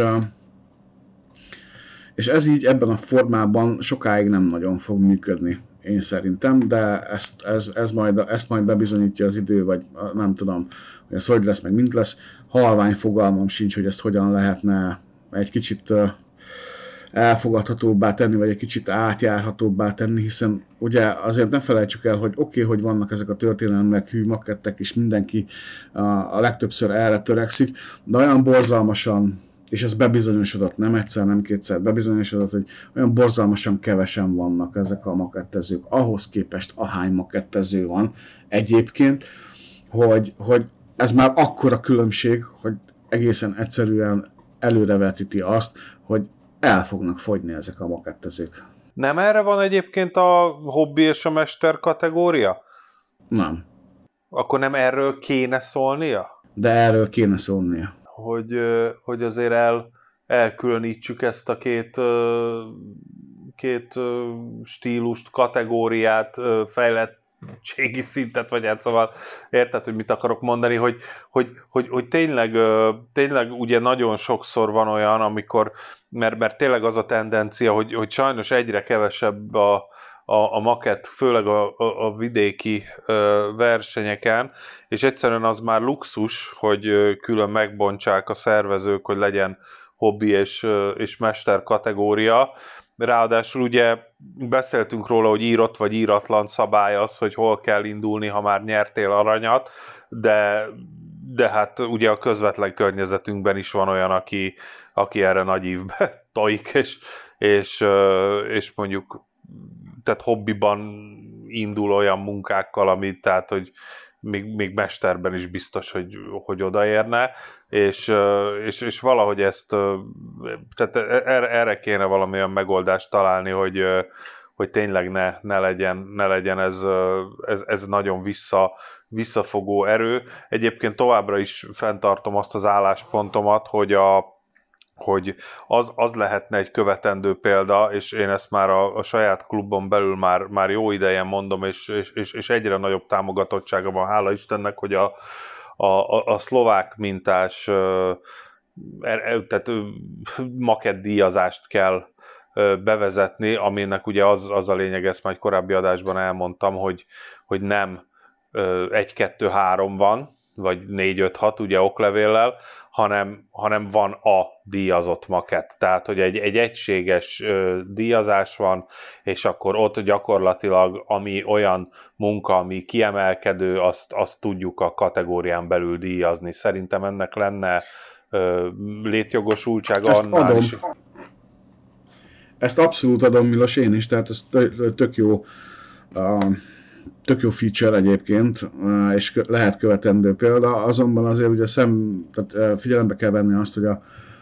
És ez így ebben a formában sokáig nem nagyon fog működni, én szerintem, de ezt majd bebizonyítja az idő, vagy nem tudom, hogy ez hogy lesz, meg mint lesz. Halvány fogalmam sincs, hogy ezt hogyan lehetne egy kicsit elfogadhatóbbá tenni, vagy egy kicsit átjárhatóbbá tenni, hiszen ugye azért ne felejtsük el, hogy oké, hogy vannak ezek a történelmek hű makettek, és mindenki a legtöbbször erre törekszik, de olyan borzalmasan, és ez bebizonyosodott, nem egyszer, nem kétszer, bebizonyosodott, hogy olyan borzalmasan kevesen vannak ezek a makettezők, ahhoz képest ahány makettező van egyébként, hogy ez már akkora különbség, hogy egészen egyszerűen előrevetíti azt, hogy el fognak fogyni ezek a makettezők. Nem erre van egyébként a hobbi és a mester kategória? Nem. Akkor nem erről kéne szólnia? De erről kéne szólnia. Hogy azért elkülönítsük ezt a két stílust, kategóriát, fejlettségi szintet, vagy hát szóval érted, hogy mit akarok mondani, hogy tényleg ugye nagyon sokszor van olyan, amikor, mert tényleg az a tendencia, hogy sajnos egyre kevesebb a makett, főleg a vidéki versenyeken, és egyszerűen az már luxus, hogy külön megbontsák a szervezők, hogy legyen hobbi és mester kategória. Ráadásul ugye beszéltünk róla, hogy írott vagy íratlan szabály az, hogy hol kell indulni, ha már nyertél aranyat, de hát ugye a közvetlen környezetünkben is van olyan, aki erre nagy ívbe tojik, és mondjuk tehát hobbiban indul olyan munkákkal, amit tehát, hogy még mesterben is biztos, hogy odaérne, és valahogy ezt, tehát erre kéne valamilyen megoldást találni, hogy tényleg ne legyen ez nagyon visszafogó erő. Egyébként továbbra is fenntartom azt az álláspontomat, hogy az lehetne egy követendő példa, és én ezt már a saját klubon belül már jó ideje mondom, és egyre nagyobb támogatottsága van, hála Istennek, hogy a szlovák mintás tehát makettdíjazást kell bevezetni, aminek ugye az a lényeg, ezt már egy korábbi adásban elmondtam, hogy nem 1-2-3 van, vagy 4-5-6 ugye oklevéllel, hanem van a díjazott makett. Tehát, hogy egy egységes díjazás van, és akkor ott gyakorlatilag ami olyan munka, ami kiemelkedő, azt tudjuk a kategórián belül díjazni. Szerintem ennek lenne létjogosultsága annál is. Ezt abszolút adom, Milos, én is, tehát ez tök jó feature egyébként, és lehet követendő példa, azonban azért ugye tehát figyelembe kell venni azt, hogy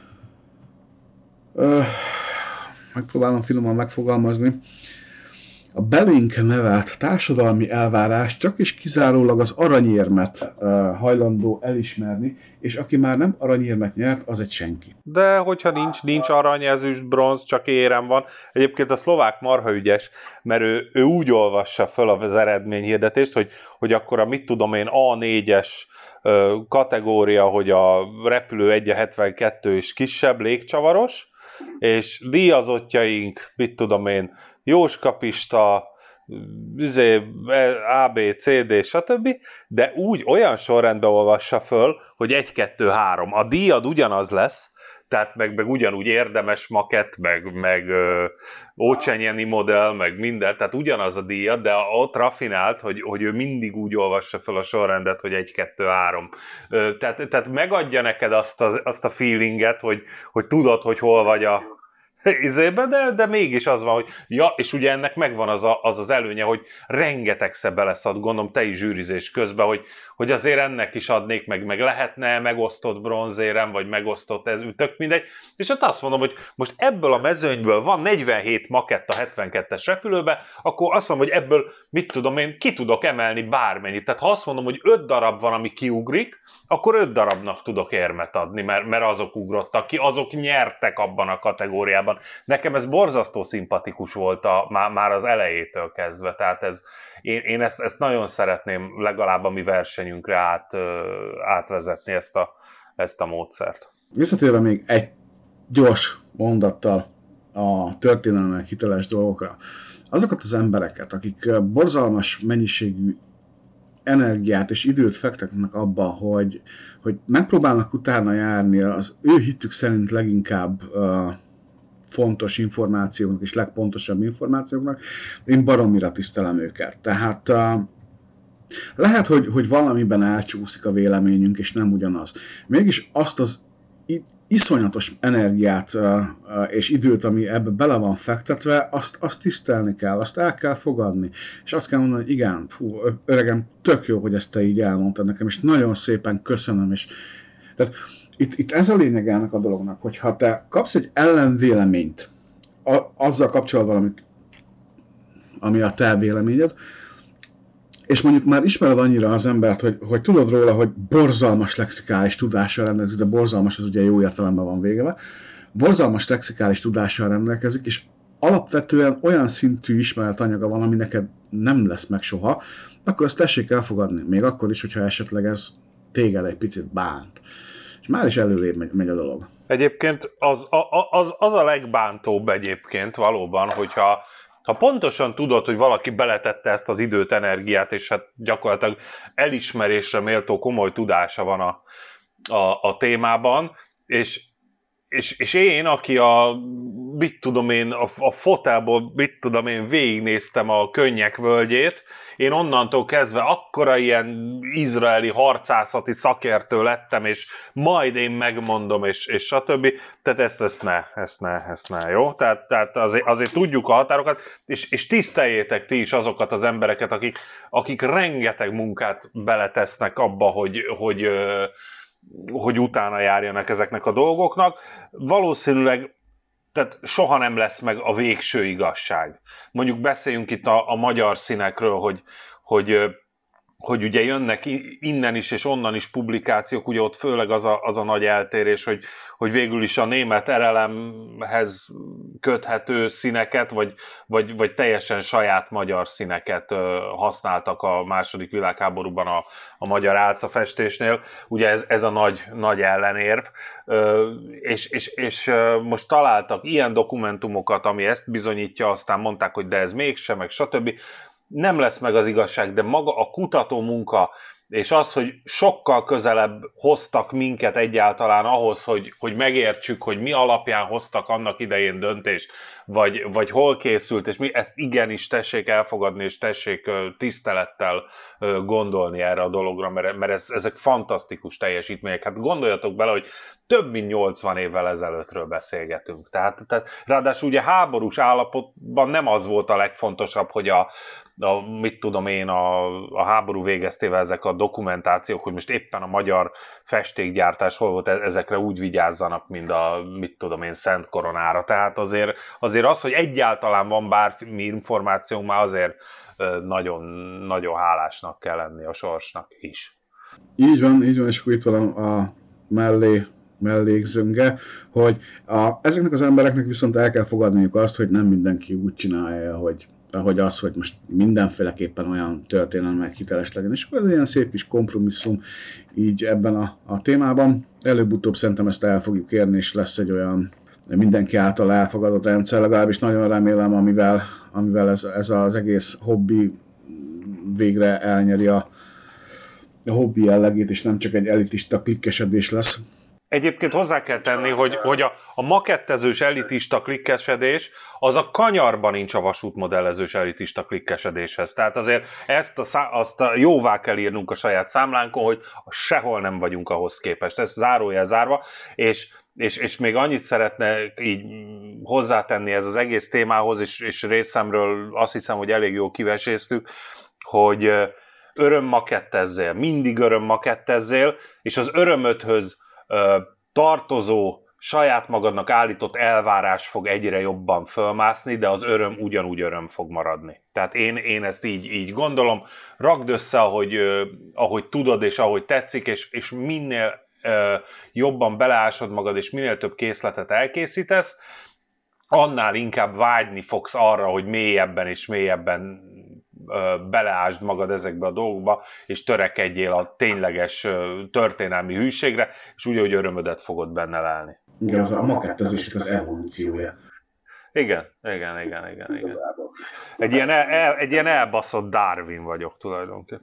megpróbálom finoman megfogalmazni, a belénk nevelt társadalmi elvárás csak és kizárólag az aranyérmet hajlandó elismerni, és aki már nem aranyérmet nyert, az egy senki. De hogyha nincs arany, ezüst, bronz, csak érem van. Egyébként a szlovák marha ügyes, mert ő úgy olvassa föl az eredményhirdetést, hogy akkor mit tudom én, A4-es kategória, hogy a repülő 1,72 és kisebb, légcsavaros, és díjazottjaink, mit tudom én, Jóska Pista, A, B, C, D, stb., de úgy olyan sorrendben olvassa föl, hogy 1-2-3. A díjad ugyanaz lesz, tehát meg ugyanúgy érdemes makett, meg ócsenyeni modell, meg minden, tehát ugyanaz a díjad, de ott raffinált, hogy ő mindig úgy olvassa fel a sorrendet, hogy 1-2-3. Tehát megadja neked azt a feelinget, hogy tudod, hogy hol vagy a izében, de mégis az van, hogy ja, és ugye ennek megvan az előnye, hogy rengetegszer beleszad, gondolom te is zsűrizés közben, hogy azért ennek is adnék, meg lehetne megosztott bronzérem, vagy megosztott ez, tök mindegy, és ott azt mondom, hogy most ebből a mezőnyből van 47 makett a 72-es repülőbe, akkor azt mondom, hogy ebből, mit tudom én, ki tudok emelni bármennyit. Tehát ha azt mondom, hogy 5 darab van, ami kiugrik, akkor 5 darabnak tudok érmet adni, mert azok ugrottak ki, azok nyertek abban a kategóriában. Nekem ez borzasztó szimpatikus volt már az elejétől kezdve, tehát én ezt nagyon szeretném legalább a mi versenyünkre átvezetni ezt a módszert. Visszatérve még egy gyors mondattal a történelmek hiteles dolgokra. Azokat az embereket, akik borzalmas mennyiségű energiát és időt fektetnek abba, hogy megpróbálnak utána járni az ő hitük szerint leginkább fontos információknak és legpontosabb információknak, én baromira tisztelem őket. Tehát lehet, hogy valamiben elcsúszik a véleményünk, és nem ugyanaz. Mégis azt az iszonyatos energiát és időt, ami ebbe bele van fektetve, azt tisztelni kell, azt el kell fogadni. És azt kell mondani, hogy igen, öregem, tök jó, hogy ezt te így elmondtad nekem, és nagyon szépen köszönöm. Tehát itt ez a lényeg ennek a dolognak, hogy ha te kapsz egy ellenvéleményt azzal kapcsolatban, ami a te véleményed, és mondjuk már ismered annyira az embert, hogy tudod róla, hogy borzalmas lexikális tudással rendelkezik, de borzalmas az ugye jó értelemben van vége, borzalmas lexikális tudással rendelkezik, és alapvetően olyan szintű ismeretanyaga van, ami neked nem lesz meg soha, akkor azt tessék elfogadni, még akkor is, hogyha esetleg ez téged egy picit bánt. És már is előrébb megy a dolog. Egyébként az a legbántóbb egyébként valóban, hogyha pontosan tudod, hogy valaki beletette ezt az időt, energiát, és hát gyakorlatilag elismerésre méltó komoly tudása van a témában, és és én, aki a fotelból, végignéztem a Könnyek völgyét, én onnantól kezdve akkora ilyen izraeli harcászati szakértő lettem, és majd én megmondom, és stb. Tehát ezt ne, jó? Tehát azért tudjuk a határokat, és tiszteljétek ti is azokat az embereket, akik rengeteg munkát beletesznek abba, hogy utána járjanak ezeknek a dolgoknak. Valószínűleg tehát soha nem lesz meg a végső igazság. Mondjuk beszéljünk itt a magyar színekről, hogy ugye jönnek innen is és onnan is publikációk, ugye ott főleg az a nagy eltérés, hogy végül is a német erelemhez köthető színeket, vagy teljesen saját magyar színeket használtak a második világháborúban a magyar álcafestésnél. Ugye ez a nagy ellenérv. És most találtak ilyen dokumentumokat, ami ezt bizonyítja, aztán mondták, hogy de ez mégsem, meg stb. Nem lesz meg az igazság, de maga a kutató munka, és az, hogy sokkal közelebb hoztak minket egyáltalán ahhoz, hogy megértsük, hogy mi alapján hoztak annak idején döntést, vagy hol készült, és mi ezt igenis tessék elfogadni, és tessék tisztelettel gondolni erre a dologra, mert ezek fantasztikus teljesítmények. Hát gondoljatok bele, hogy több mint 80 évvel ezelőttről beszélgetünk. Tehát ráadásul ugye háborús állapotban nem az volt a legfontosabb, hogy a háború végeztével ezek a dokumentációk, hogy most éppen a magyar festékgyártás hol volt, ezekre úgy vigyázzanak, mint Szent Koronára. Tehát azért az, hogy egyáltalán van bármi információnk, már azért nagyon, nagyon hálásnak kell lenni a sorsnak is. Így van, és akkor itt van a mellékzönge, hogy ezeknek az embereknek viszont el kell fogadniuk azt, hogy nem mindenki úgy csinálja, hogy most mindenféleképpen olyan történelmek hiteles legyen. És ez egy ilyen szép kis kompromisszum így ebben a témában. Előbb-utóbb szerintem ezt el fogjuk érni, és lesz egy olyan mindenki által elfogadott rendszer, legalábbis nagyon remélem, amivel ez az egész hobbi végre elnyeri a hobbi jellegét, és nem csak egy elitista klikkesedés lesz. Egyébként hozzá kell tenni, hogy a makettezős elitista klikkesedés az a kanyarban nincs a vasútmodellezős elitista klikkesedéshez. Tehát azért azt jóvá kell írnunk a saját számlánkon, hogy sehol nem vagyunk ahhoz képest. Ez zárójel zárva, és még annyit szeretne így hozzátenni ez az egész témához, és részemről azt hiszem, hogy elég jól kiveséztük, hogy örömmakettezzél, mindig örömmakettezzél, és az örömöthöz tartozó, saját magadnak állított elvárás fog egyre jobban fölmászni, de az öröm ugyanúgy öröm fog maradni. Tehát én ezt így gondolom, rakd össze, ahogy tudod és ahogy tetszik, és minél jobban beleásod magad, és minél több készletet elkészítesz, annál inkább vágyni fogsz arra, hogy mélyebben és mélyebben beleásd magad ezekbe a dolgokba, és törekedjél a tényleges történelmi hűségre, és úgy, hogy örömödet fogod benne lelni. Igen, az a makettezésnek az evolúciója. Igen. Egy ilyen elbaszott Darwin vagyok tulajdonképpen.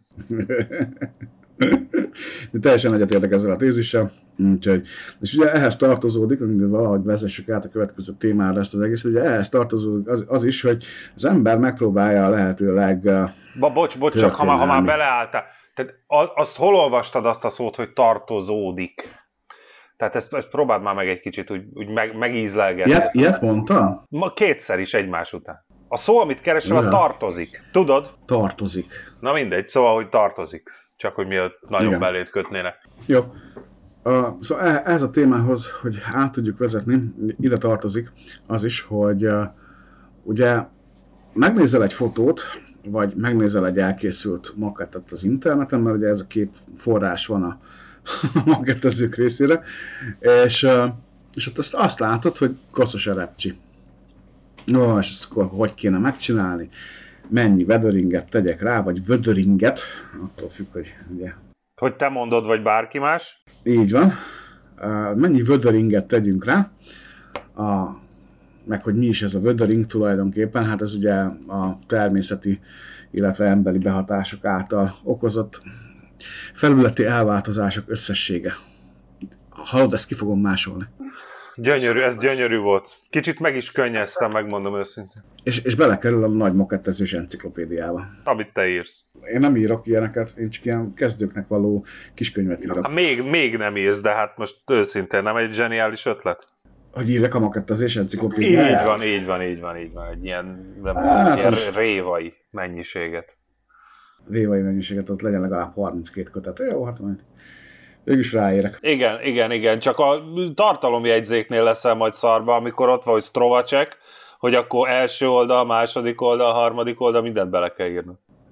Teljesen egyetértek ezzel a tézissel. Úgyhogy, és ugye ehhez tartozódik, hogy valahogy vezessük át a következő témára ezt az egészet, ugye ehhez tartozódik az is, hogy az ember megpróbálja a lehető bocs, csak ha már beleálltál. Tehát azt hol olvastad azt a szót, hogy tartozódik? Tehát ezt próbáld már meg egy kicsit úgy megízlelgetni. Ilyet mondtam? Kétszer is egymás után. A szó, amit keresel, a tartozik. Tudod? Tartozik. Na mindegy, szóval, hogy tartozik. Csak hogy miatt nagyon belét kötnének. Jó. Szóval ez a témához, hogy át tudjuk vezetni, ide tartozik az is, hogy ugye megnézel egy fotót, vagy megnézel egy elkészült makettet az interneten, mert ugye ez a két forrás van a makettezők részére, és ott azt látod, hogy koszos a repcsi. No, és ezt akkor hogy kéne megcsinálni? Mennyi weatheringet tegyek rá, vagy vödöringet, attól függ, hogy ugye... Hogy te mondod, vagy bárki más? Így van. Mennyi vödöringet tegyünk rá, meg hogy mi is ez a vödöring tulajdonképpen, hát ez ugye a természeti, illetve emberi behatások által okozott felületi elváltozások összessége. Hallod, ezt ki fogom másolni. Gyönyörű, ez gyönyörű volt. Kicsit meg is könnyeztem, megmondom őszintén. És belekerül a nagy mokettezős enciklopédiába. Amit te írsz. Én nem írok ilyeneket, én csak ilyen kezdőknek való kiskönyvet írok. Hát még nem írsz, de hát most őszintén nem egy zseniális ötlet? Hogy írjak a mokettezés enciklopédiájára? Így van. Egy ilyen, ilyen révai mennyiséget. Révai mennyiséget, ott legyen legalább 32 kötet. Jó, hát majd ők is ráérek. Igen, csak a tartalomjegyzéknél leszel majd szarba, amikor ott van, hogy Strovacek, hogy akkor első oldal, második oldal, harmadik oldal, mindent bele kell írni.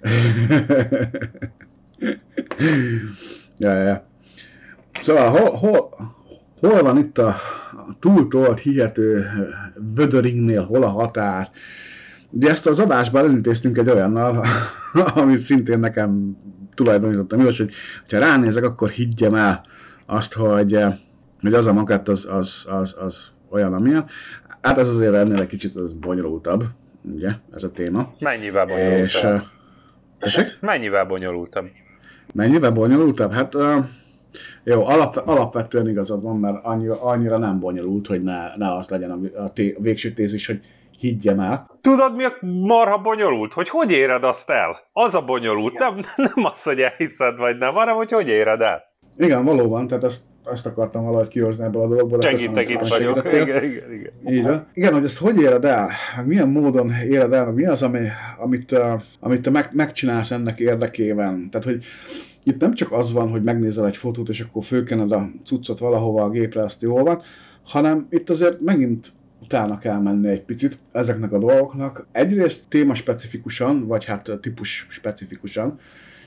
ja. Szóval hol van itt a túltolt, hihető Vöderingnél, hol a határ? Ugye ezt az adásban elintéztünk egy olyannal, amit szintén nekem tulajdonítottam. Jó, hogy ha ránézek, akkor higgyem el azt, hogy az a makett az olyan, amilyen. Hát ez azért ennél egy kicsit az bonyolultabb, ugye, ez a téma. Mennyivel bonyolultabb? Mennyivel bonyolultabb? Mennyivel bonyolultabb? Hát jó, alapvetően igazad van, mert annyira nem bonyolult, hogy ne az legyen a végső tézis, hogy higgyem el. Tudod, mi a marha bonyolult? Hogy éred azt el? Az a bonyolult. Nem az, hogy elhiszed, vagy nem, hanem hogy éred el. Igen, valóban, tehát ezt akartam valahogy kihozni ebből a dologból. Segítek, itt vagyok. Igen. Így van. Igen, hogy ezt hogy éred el? Milyen módon éred el? Mi az, amit te megcsinálsz ennek érdekében? Tehát, hogy itt nem csak az van, hogy megnézel egy fotót, és akkor fölkened a cuccot valahova a gépre, azt jól van, hanem itt azért megint utána kell menni egy picit ezeknek a dolgoknak. Egyrészt témaspecifikusan, vagy hát típus specifikusan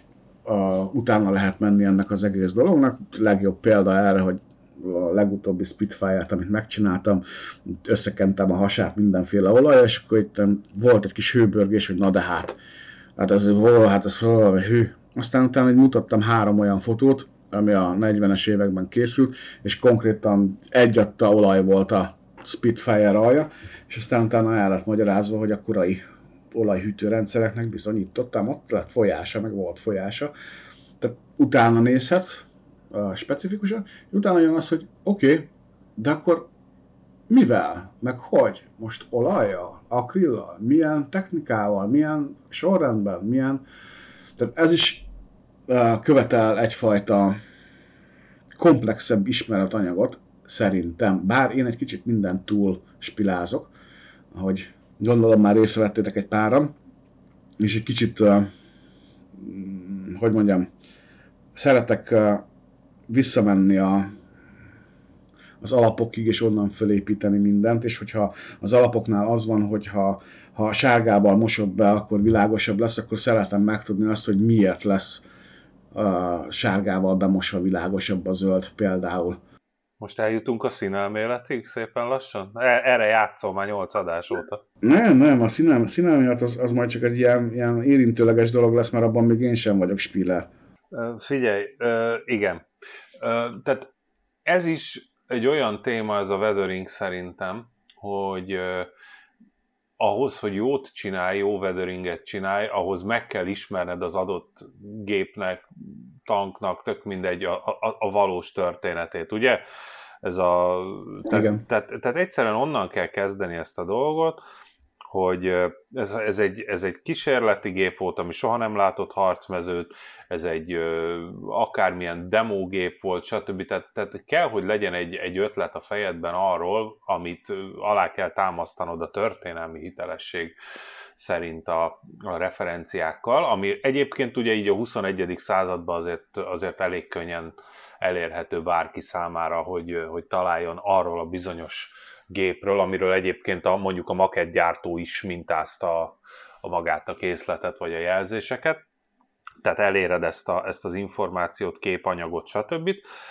utána lehet menni ennek az egész dolognak. Legjobb példa erre, hogy a legutóbbi Spitfire-t, amit megcsináltam, összekentem a hasát mindenféle olaj, és akkor itt volt egy kis hőbörgés, hogy na de hát ez hű. Aztán utána mutattam 3 olyan fotót, ami a 40-es években készült, és konkrétan egyatta olaj volt a Spitfire alja, és aztán utána el lett magyarázva, hogy a korai olajhűtőrendszereknek bizonyítottam, ott lett folyása, meg volt folyása. Tehát utána nézhetsz specifikusan, és utána jön az, hogy oké, de akkor mivel? Meg hogy? Most olajjal, akrillal, milyen technikával, milyen sorrendben, milyen... Tehát ez is követel egyfajta komplexebb ismeretanyagot, szerintem. Bár én egy kicsit mindent túl spilázok, ahogy gondolom már észrevettétek egy páran, és egy kicsit, hogy mondjam, szeretek visszamenni az alapokig, és onnan fölépíteni mindent, és hogyha az alapoknál az van, hogyha sárgával mosod be, akkor világosabb lesz, akkor szeretem megtudni azt, hogy miért lesz sárgával bemosva világosabb a zöld például. Most eljutunk a színelméletig szépen lassan? Erre játszol már 8 adás óta. Nem, a színelmélet az majd csak egy ilyen érintőleges dolog lesz, mert abban még én sem vagyok spiller. Figyelj, igen. Tehát ez is egy olyan téma, ez a weathering szerintem, hogy ahhoz, hogy jót csinálj, jó weatheringet csinálj, ahhoz meg kell ismerned az adott gépnek, tanknak, tök mindegy, a valós történetét, ugye? Tehát egyszerűen onnan kell kezdeni ezt a dolgot, hogy ez egy kísérleti gép volt, ami soha nem látott harcmezőt, ez egy akármilyen demogép volt, stb. Tehát kell, hogy legyen egy ötlet a fejedben arról, amit alá kell támasztanod a történelmi hitelesség szerint a referenciákkal, ami egyébként ugye így a 21. században azért elég könnyen elérhető bárki számára, hogy találjon arról a bizonyos gépről, amiről egyébként mondjuk a makettgyártó is mintázta magát a készletet vagy a jelzéseket, tehát eléred ezt az információt, képanyagot, stb.,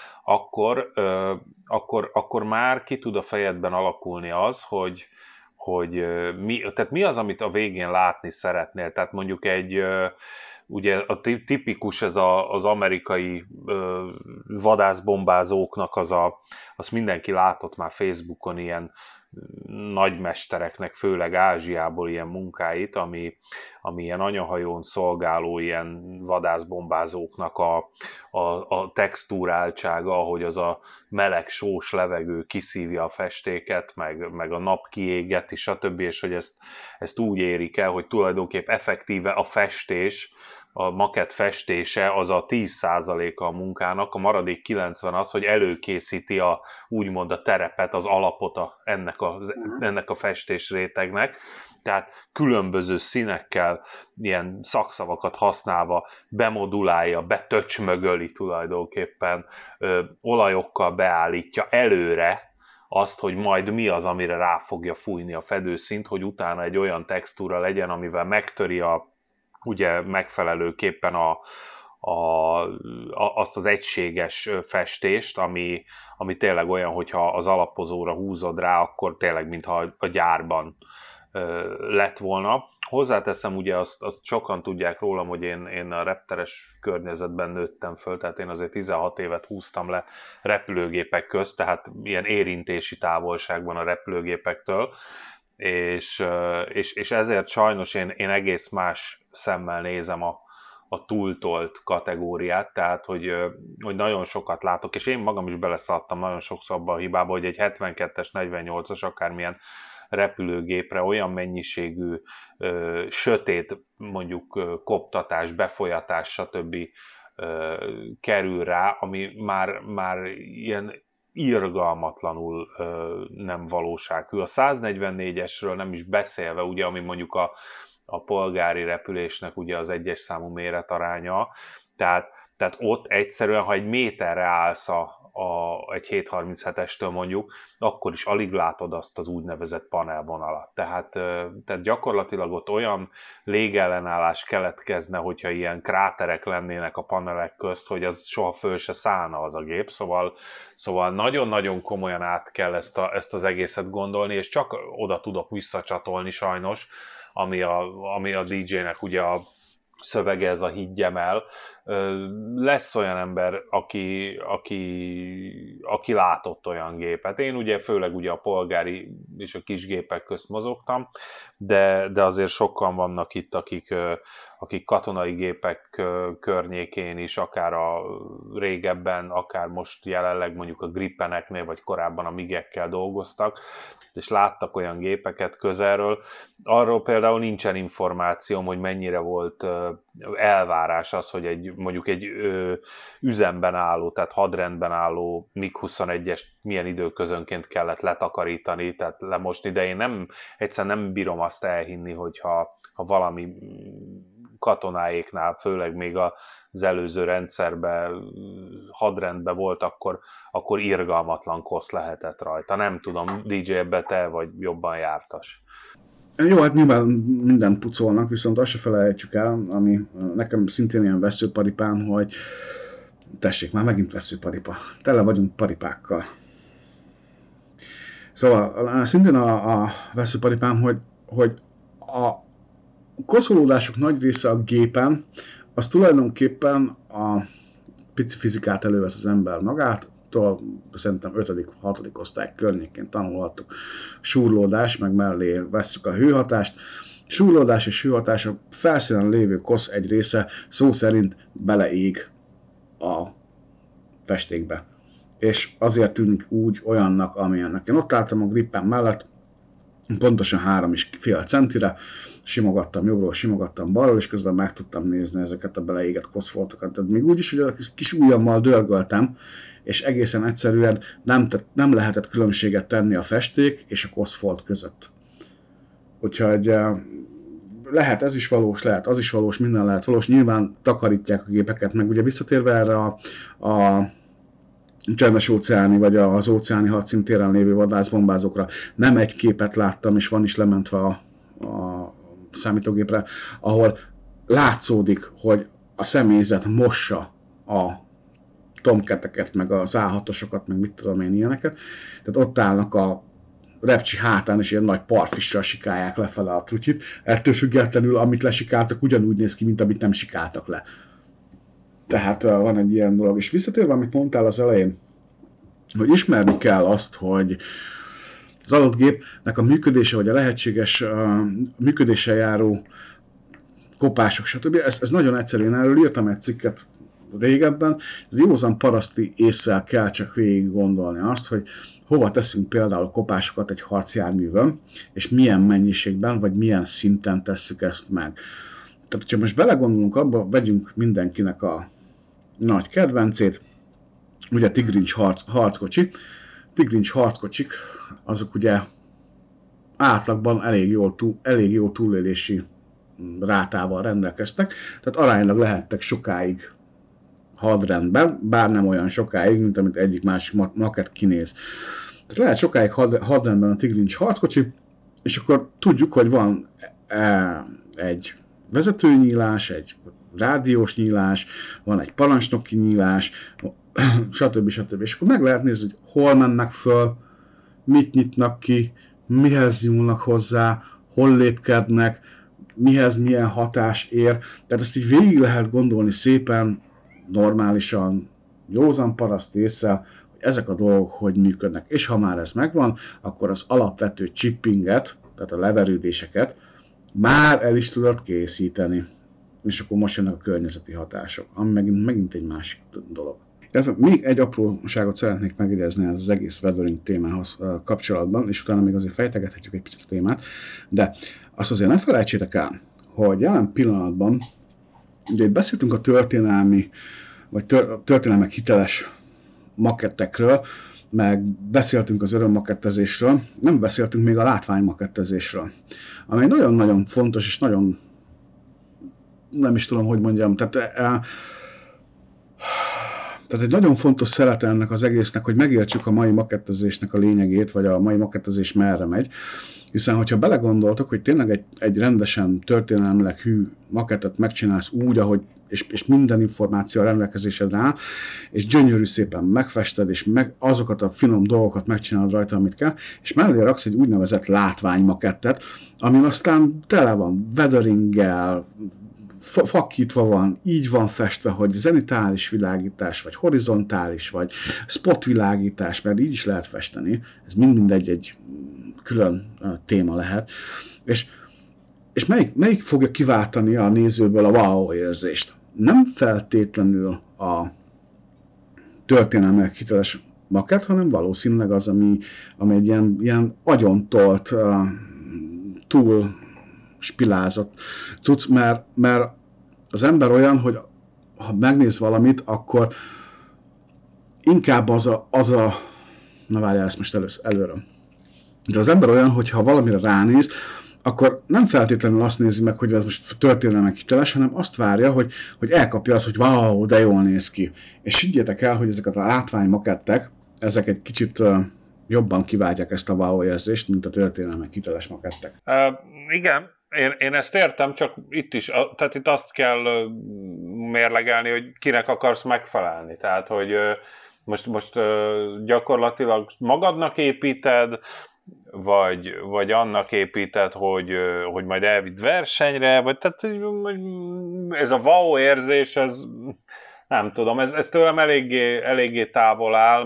akkor már ki tud a fejedben alakulni az, hogy mi az, amit a végén látni szeretnél. Tehát mondjuk ugye a tipikus ez az amerikai vadászbombázóknak azt mindenki látott már Facebookon ilyen nagymestereknek, főleg Ázsiából ilyen munkáit, ami ilyen anyahajón szolgáló ilyen vadászbombázóknak a textúráltsága, ahogy az a meleg, sós levegő kiszívja a festéket, meg a nap kiégeti, stb. És hogy ezt úgy érik el, hogy tulajdonképp effektíve a festés, a makett festése az a 10%-a a munkának, a maradék 90 az, hogy előkészíti úgymond a terepet, az alapot ennek a festés rétegnek. Tehát különböző színekkel, ilyen szakszavakat használva bemodulálja, betöcsmögöli tulajdonképpen, olajokkal beállítja előre azt, hogy majd mi az, amire rá fogja fújni a fedőszínt, hogy utána egy olyan textúra legyen, amivel megtöri ugye megfelelőképpen azt az egységes festést, ami tényleg olyan, hogyha az alapozóra húzod rá, akkor tényleg mintha a gyárban lett volna. Hozzáteszem, ugye azt sokan tudják rólam, hogy én a repteres környezetben nőttem föl, tehát én azért 16 évet húztam le repülőgépek közt, tehát ilyen érintési távolságban a repülőgépektől, és ezért sajnos én egész más szemmel nézem a túltolt kategóriát, tehát hogy nagyon sokat látok, és én magam is beleszaladtam nagyon sokszor abba a hibába, hogy egy 72-es, 48-as akármilyen repülőgépre olyan mennyiségű sötét, mondjuk koptatás, befolyatás, stb. Kerül rá, ami már ilyen irgalmatlanul nem valósághű. A 144-esről nem is beszélve, ugye, ami mondjuk a polgári repülésnek ugye az egyes számú méretaránya, tehát ott egyszerűen, ha egy méterre állsz egy 737-estől mondjuk, akkor is alig látod azt az úgynevezett panelvonalat. Tehát gyakorlatilag ott olyan légellenállás keletkezne, hogyha ilyen kráterek lennének a panelek közt, hogy az soha föl se szállna az a gép, szóval nagyon-nagyon komolyan át kell ezt az egészet gondolni, és csak oda tudok visszacsatolni sajnos, ami a DJ-nek ugye a szövege, ez a higgyem el. Lesz olyan ember, aki látott olyan gépet. Én ugye főleg ugye a polgári és a kisgépek közt mozogtam, de azért sokan vannak itt, akik katonai gépek környékén is, akár a régebben, akár most jelenleg mondjuk a Gripeneknél, vagy korábban a MIG-ekkel dolgoztak, és láttak olyan gépeket közelről. Arról például nincsen információm, hogy mennyire volt elvárás az, hogy mondjuk egy üzemben álló, tehát hadrendben álló MiG-21-est milyen időközönként kellett letakarítani, tehát lemosni, de én egyszerűen nem bírom azt elhinni, hogyha valami katonáéknál, főleg még az előző rendszerben, hadrendben volt, akkor irgalmatlan kosz lehetett rajta. Nem tudom, DJ, ebbe te vagy jobban jártas. Jó, hát nyilván mindent pucolnak, viszont azt se felejtsük el, ami nekem szintén ilyen veszőparipám, hogy tessék, már megint veszőparipa. Tele vagyunk paripákkal. Szóval szintén a veszőparipám, hogy a koszolódások nagy része a gépen, az tulajdonképpen a pici fizikát elővesz az ember magától, szerintem 5.-6. osztály környékén tanulhattuk. Súrlódás, meg mellé vesszük a hőhatást. Súrlódás és hőhatás, a felszínen lévő kosz egy része szó szerint beleég a festékbe. És azért tűnik úgy olyannak, amilyennek. Én ott álltam a grippen mellett, pontosan 3,5 centire, simogattam jobbról, simogattam balról, és közben meg tudtam nézni ezeket a beleégett koszfoltokat. Tehát még úgy is, hogy a kis ujjammal dörgöltem, és egészen egyszerűen nem lehetett különbséget tenni a festék és a koszfolt között. Úgyhogy lehet ez is valós, lehet az is valós, minden lehet valós. Nyilván takarítják a gépeket, meg ugye visszatérve erre a csendes óceáni, vagy az óceáni hadszintéren lévő vadászbombázókra nem egy képet láttam, és van is lementve a számítógépre, ahol látszódik, hogy a személyzet mossa a tomketeket, meg az A6-osokat, meg mit tudom én ilyeneket. Tehát ott állnak a repcsi hátán, és ilyen nagy parfissal sikálják lefele a trutyit. Ettől függetlenül, amit lesikáltak, ugyanúgy néz ki, mint amit nem sikáltak le. Tehát van egy ilyen dolog. És visszatérve, amit mondtál az elején, hogy ismerni kell azt, hogy az adott gépnek a működése, vagy a lehetséges működéssel járó kopások, stb. Ez nagyon egyszerű. Én erről írtam egy cikket régebben. Ez józan paraszti ésszel kell csak végig gondolni azt, hogy hova teszünk például kopásokat egy harcjárművön, és milyen mennyiségben, vagy milyen szinten tesszük ezt meg. Tehát, hogyha most belegondolunk abba, vegyünk mindenkinek a nagy kedvencét, ugye Tigrincs harckocsi. Tigrincs harckocsik, azok ugye átlagban elég jó túlélési rátával rendelkeztek, tehát aránylag lehettek sokáig hadrendben, bár nem olyan sokáig, mint amit egyik másik makett kinéz. Tehát lehet sokáig hadrendben a Tigrincs harckocsi, és akkor tudjuk, hogy van egy vezetőnyílás, egy rádiós nyílás, van egy parancsnoki nyílás, stb. És akkor meg lehet nézni, hogy hol mennek föl, mit nyitnak ki, mihez nyúlnak hozzá, hol lépkednek, mihez milyen hatás ér. Tehát ezt így végig lehet gondolni szépen, normálisan, józan paraszt ésszel, hogy ezek a dolgok hogy működnek. És ha már ez megvan, akkor az alapvető chippinget, tehát a leverődéseket már el is tudod készíteni. És akkor most jönnek a környezeti hatások, ami megint egy másik dolog. Még egy apróságot szeretnék megjegyezni az egész weathering témához kapcsolatban, és utána még azért fejtegethetjük egy picit a témát, de azt azért ne felejtsétek el, hogy jelen pillanatban, ugye itt beszéltünk a történelmi, vagy történelmek hiteles makettekről, meg beszéltünk az örömmakettezésről, nem beszéltünk még a látványmakettezésről, amely nagyon-nagyon fontos, és nagyon, nem is tudom, hogy mondjam, tehát egy nagyon fontos szelete ennek az egésznek, hogy megértsük a mai makettezésnek a lényegét, vagy a mai makettezés merre megy. Hiszen, hogyha belegondoltok, hogy tényleg egy rendesen történelmileg hű makettet megcsinálsz úgy, ahogy, és minden információ a rendelkezésedre áll, és gyönyörű szépen megfested, és azokat a finom dolgokat megcsinálod rajta, amit kell, és mellé raksz egy úgynevezett látványmakettet, ami aztán tele van weatheringgel, fakítva van, így van festve, hogy zenitális világítás, vagy horizontális, vagy spotvilágítás, mert így is lehet festeni, ez mindegy egy külön téma lehet, és melyik fogja kiváltani a nézőből a wow érzést? Nem feltétlenül a történelmileg hiteles makett, hanem valószínűleg az, ami egy ilyen agyontolt, túl spilázott cucc, mert az ember olyan, hogy ha megnéz valamit, akkor inkább az a na várjál, ezt most előről. De az ember olyan, hogy ha valamire ránéz, akkor nem feltétlenül azt nézi meg, hogy ez most történelmek hiteles, hanem azt várja, hogy elkapja azt, hogy wow, de jól néz ki. És higgyétek el, hogy ezeket a látványmakettek, ezek egy kicsit jobban kiváltják ezt a wow érzést, mint a történelmek hiteles makettek. Igen, én ezt értem, csak itt is, tehát itt azt kell mérlegelni, hogy kinek akarsz megfelelni. Tehát, hogy most gyakorlatilag magadnak építed, vagy annak építed, hogy majd elvidd versenyre, vagy tehát ez a wow érzés, ez nem tudom, ez tőlem eléggé távol áll,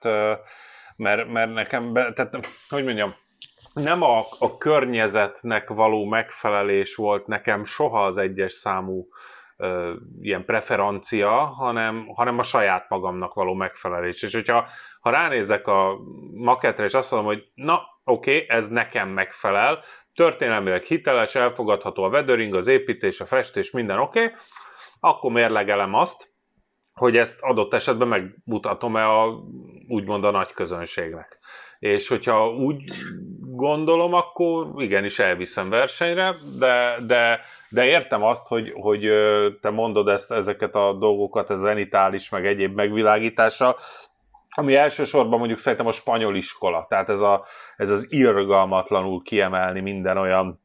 mert nekem, tehát hogy mondjam, nem a környezetnek való megfelelés volt nekem soha az egyes számú ilyen preferencia, hanem a saját magamnak való megfelelés. És hogyha ránézek a makettre, és azt mondom, hogy na, oké, ez nekem megfelel, történelmileg hiteles, elfogadható a weathering, az építés, a festés, minden oké, akkor mérlegelem azt, hogy ezt adott esetben megmutatom-e úgymond a nagy közönségnek. És hogyha úgy gondolom, akkor igenis elviszem versenyre, de értem azt, hogy te mondod ezeket a dolgokat, ez zenitális, meg egyéb megvilágítása, ami elsősorban mondjuk szerintem a spanyol iskola. Tehát ez az irgalmatlanul kiemelni minden olyan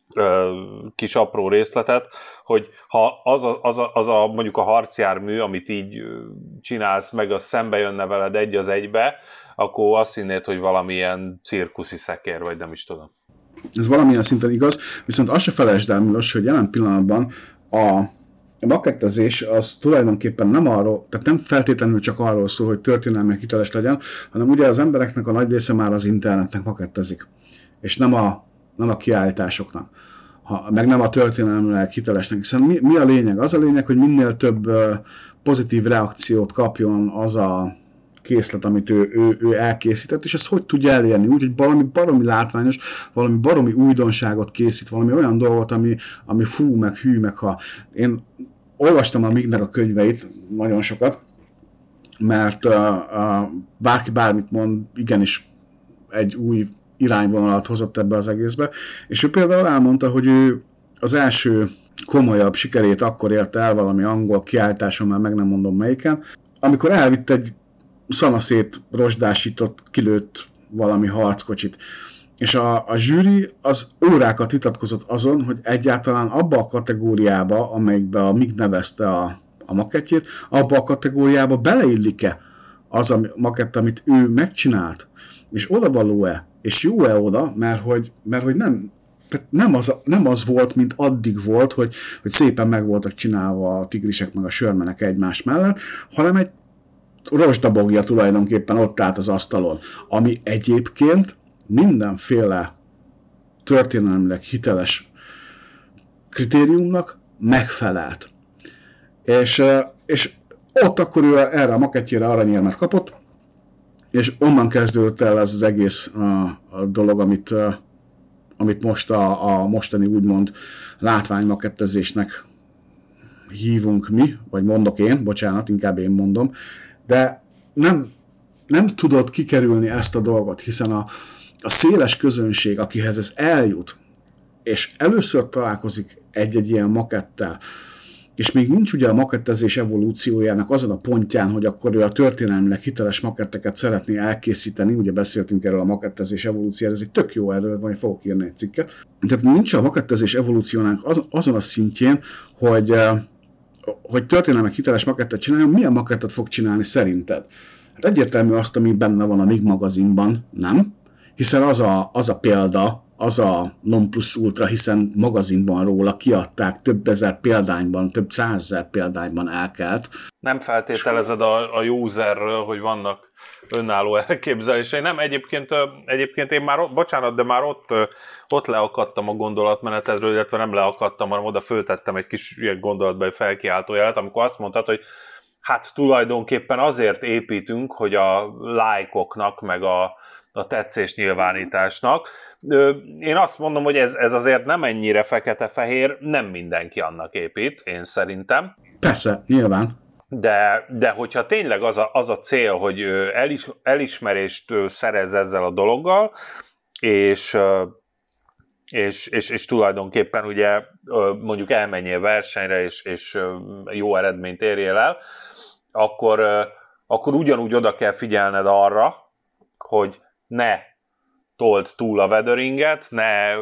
kis apró részletet, hogy ha az a mondjuk a harcjármű, amit így csinálsz, meg az szembe jönne veled egy az egybe, akkor azt hinnéd, hogy valamilyen cirkuszi szekér, vagy nem is tudom. Ez valamilyen szinten igaz, viszont azt se felejtsd el, Milos, hogy jelen pillanatban a makettezés az tulajdonképpen nem arról, tehát nem feltétlenül csak arról szól, hogy történelmileg hiteles legyen, hanem ugye az embereknek a nagy része már az internetnek makettezik, és nem a kiállításoknak, meg nem a történelmileg hitelesnek. Hiszen mi a lényeg? Az a lényeg, hogy minél több pozitív reakciót kapjon az a készlet, amit ő elkészített, és ezt hogy tudja elérni? Úgy, hogy valami baromi látványos, valami baromi újdonságot készít, valami olyan dolgot, ami fú, meg hű, meg ha. Én olvastam a Mignek a könyveit, nagyon sokat, mert bárki bármit mond, igenis egy új irányvonalat hozott ebbe az egészbe, és ő például elmondta, hogy ő az első komolyabb sikerét akkor érte el valami angol kiáltáson, már meg nem mondom melyiken, amikor elvitt egy szanaszét rozsdásított, kilőtt valami harckocsit. És a zsűri az órákat vitatkozott azon, hogy egyáltalán abba a kategóriába, amelyikbe a MIG nevezte a makettjét, abba a kategóriába beleillik-e az a makett, amit ő megcsinált, és odavaló-e, és jó-e oda, mert hogy nem az volt, mint addig volt, hogy szépen meg voltak csinálva a tigrisek meg a sörmenek egymás mellett, hanem egy rozsdabogja tulajdonképpen ott állt az asztalon, ami egyébként mindenféle történelmileg hiteles kritériumnak megfelelt. És ott akkor ő erre a makettjére aranyérmet kapott, és onnan kezdődött el ez az egész a dolog, amit most a mostani úgymond látványmakettezésnek hívunk mi, vagy mondok én, bocsánat, inkább én mondom, de nem tudod kikerülni ezt a dolgot, hiszen a széles közönség, akihez ez eljut, és először találkozik egy-egy ilyen makettel, és még nincs ugye a makettezés evolúciójának azon a pontján, hogy akkor ő a történelmileg hiteles maketteket szeretné elkészíteni, ugye beszéltünk erről a makettezés evolúciójáról, ez egy tök jó, erről majd fogok írni egy cikket. Tehát nincs a makettezés evolúciójának azon a szintjén, hogy történelmileg hiteles makettet csináljon, milyen makettet fog csinálni szerinted? Hát egyértelmű azt, ami benne van a MIG magazinban, nem? Hiszen az a példa, az a non plus ultra, hiszen magazinban róla kiadták, több ezer példányban, több százezer példányban elkelt. Nem feltételezed a userről, hogy vannak önálló elképzelései. Nem, egyébként én már, bocsánat, de már ott leakadtam a gondolatmenetedről, illetve nem leakadtam, hanem oda föltettem egy kis ilyen gondolatbeli felkiáltójelet, amikor azt mondtad, hogy hát tulajdonképpen azért építünk, hogy a lájkoknak, meg a tetszés nyilvánításnak. Én azt mondom, hogy ez azért nem ennyire fekete-fehér, nem mindenki annak épít, én szerintem. Persze, nyilván. De hogyha tényleg az a cél, hogy elismerést szerez ezzel a dologgal, és tulajdonképpen ugye mondjuk elmenjél versenyre, és jó eredményt érjél el, akkor ugyanúgy oda kell figyelned arra, hogy ne told túl a weatheringet, ne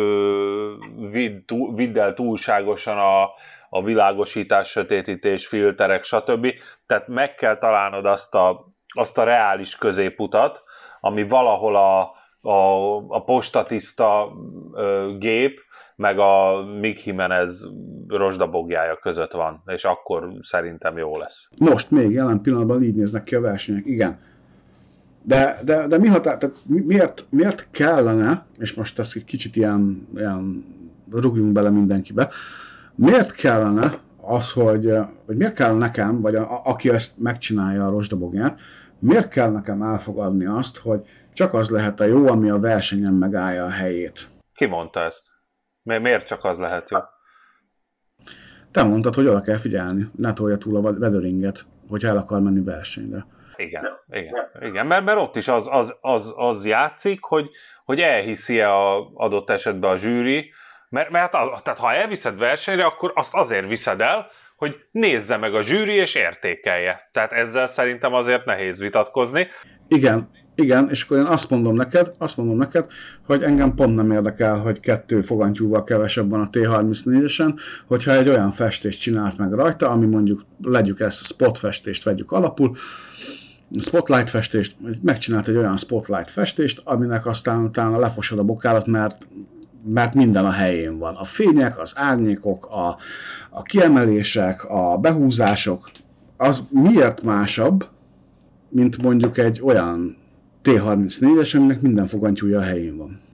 vidd el túlságosan a világosítás, sötétítés, filterek, stb. Tehát meg kell találnod azt a reális középutat, ami valahol a postatiszta gép, meg a MIG Jimenez rozsdabogjája között van, és akkor szerintem jó lesz. Most még jelen pillanatban így néznek ki a versenyek, igen. De miért kellene, és most ezt egy kicsit ilyen rúgjunk bele mindenkibe, miért kellene az, vagy miért kell nekem, vagy aki ezt megcsinálja a rozsdabogját, miért kell nekem elfogadni azt, hogy csak az lehet a jó, ami a versenyen megállja a helyét? Ki mondta ezt? Miért csak az lehet jó? Te mondtad, hogy oda kell figyelni, ne tolja túl a weatheringet, hogyha el akar menni versenyre. Igen, mert ott is az játszik, hogy elhiszi-e adott esetben a zsűri, mert tehát ha elviszed versenyre, akkor azt azért viszed el, hogy nézze meg a zsűri és értékelje. Tehát ezzel szerintem azért nehéz vitatkozni. Igen, és akkor én azt mondom neked, hogy engem pont nem érdekel, hogy 2 fogantyúval kevesebb van a T34-esen, hogyha egy olyan festést csinált meg rajta, ami mondjuk, legyük ezt a spot festést vegyük alapul, spotlight festést, megcsinált egy olyan spotlight festést, aminek aztán utána lefosod a bokálat, mert minden a helyén van. A fények, az árnyékok, a kiemelések, a behúzások, az miért másabb, mint mondjuk egy olyan T34-es, aminek minden fogantyúja a helyén van.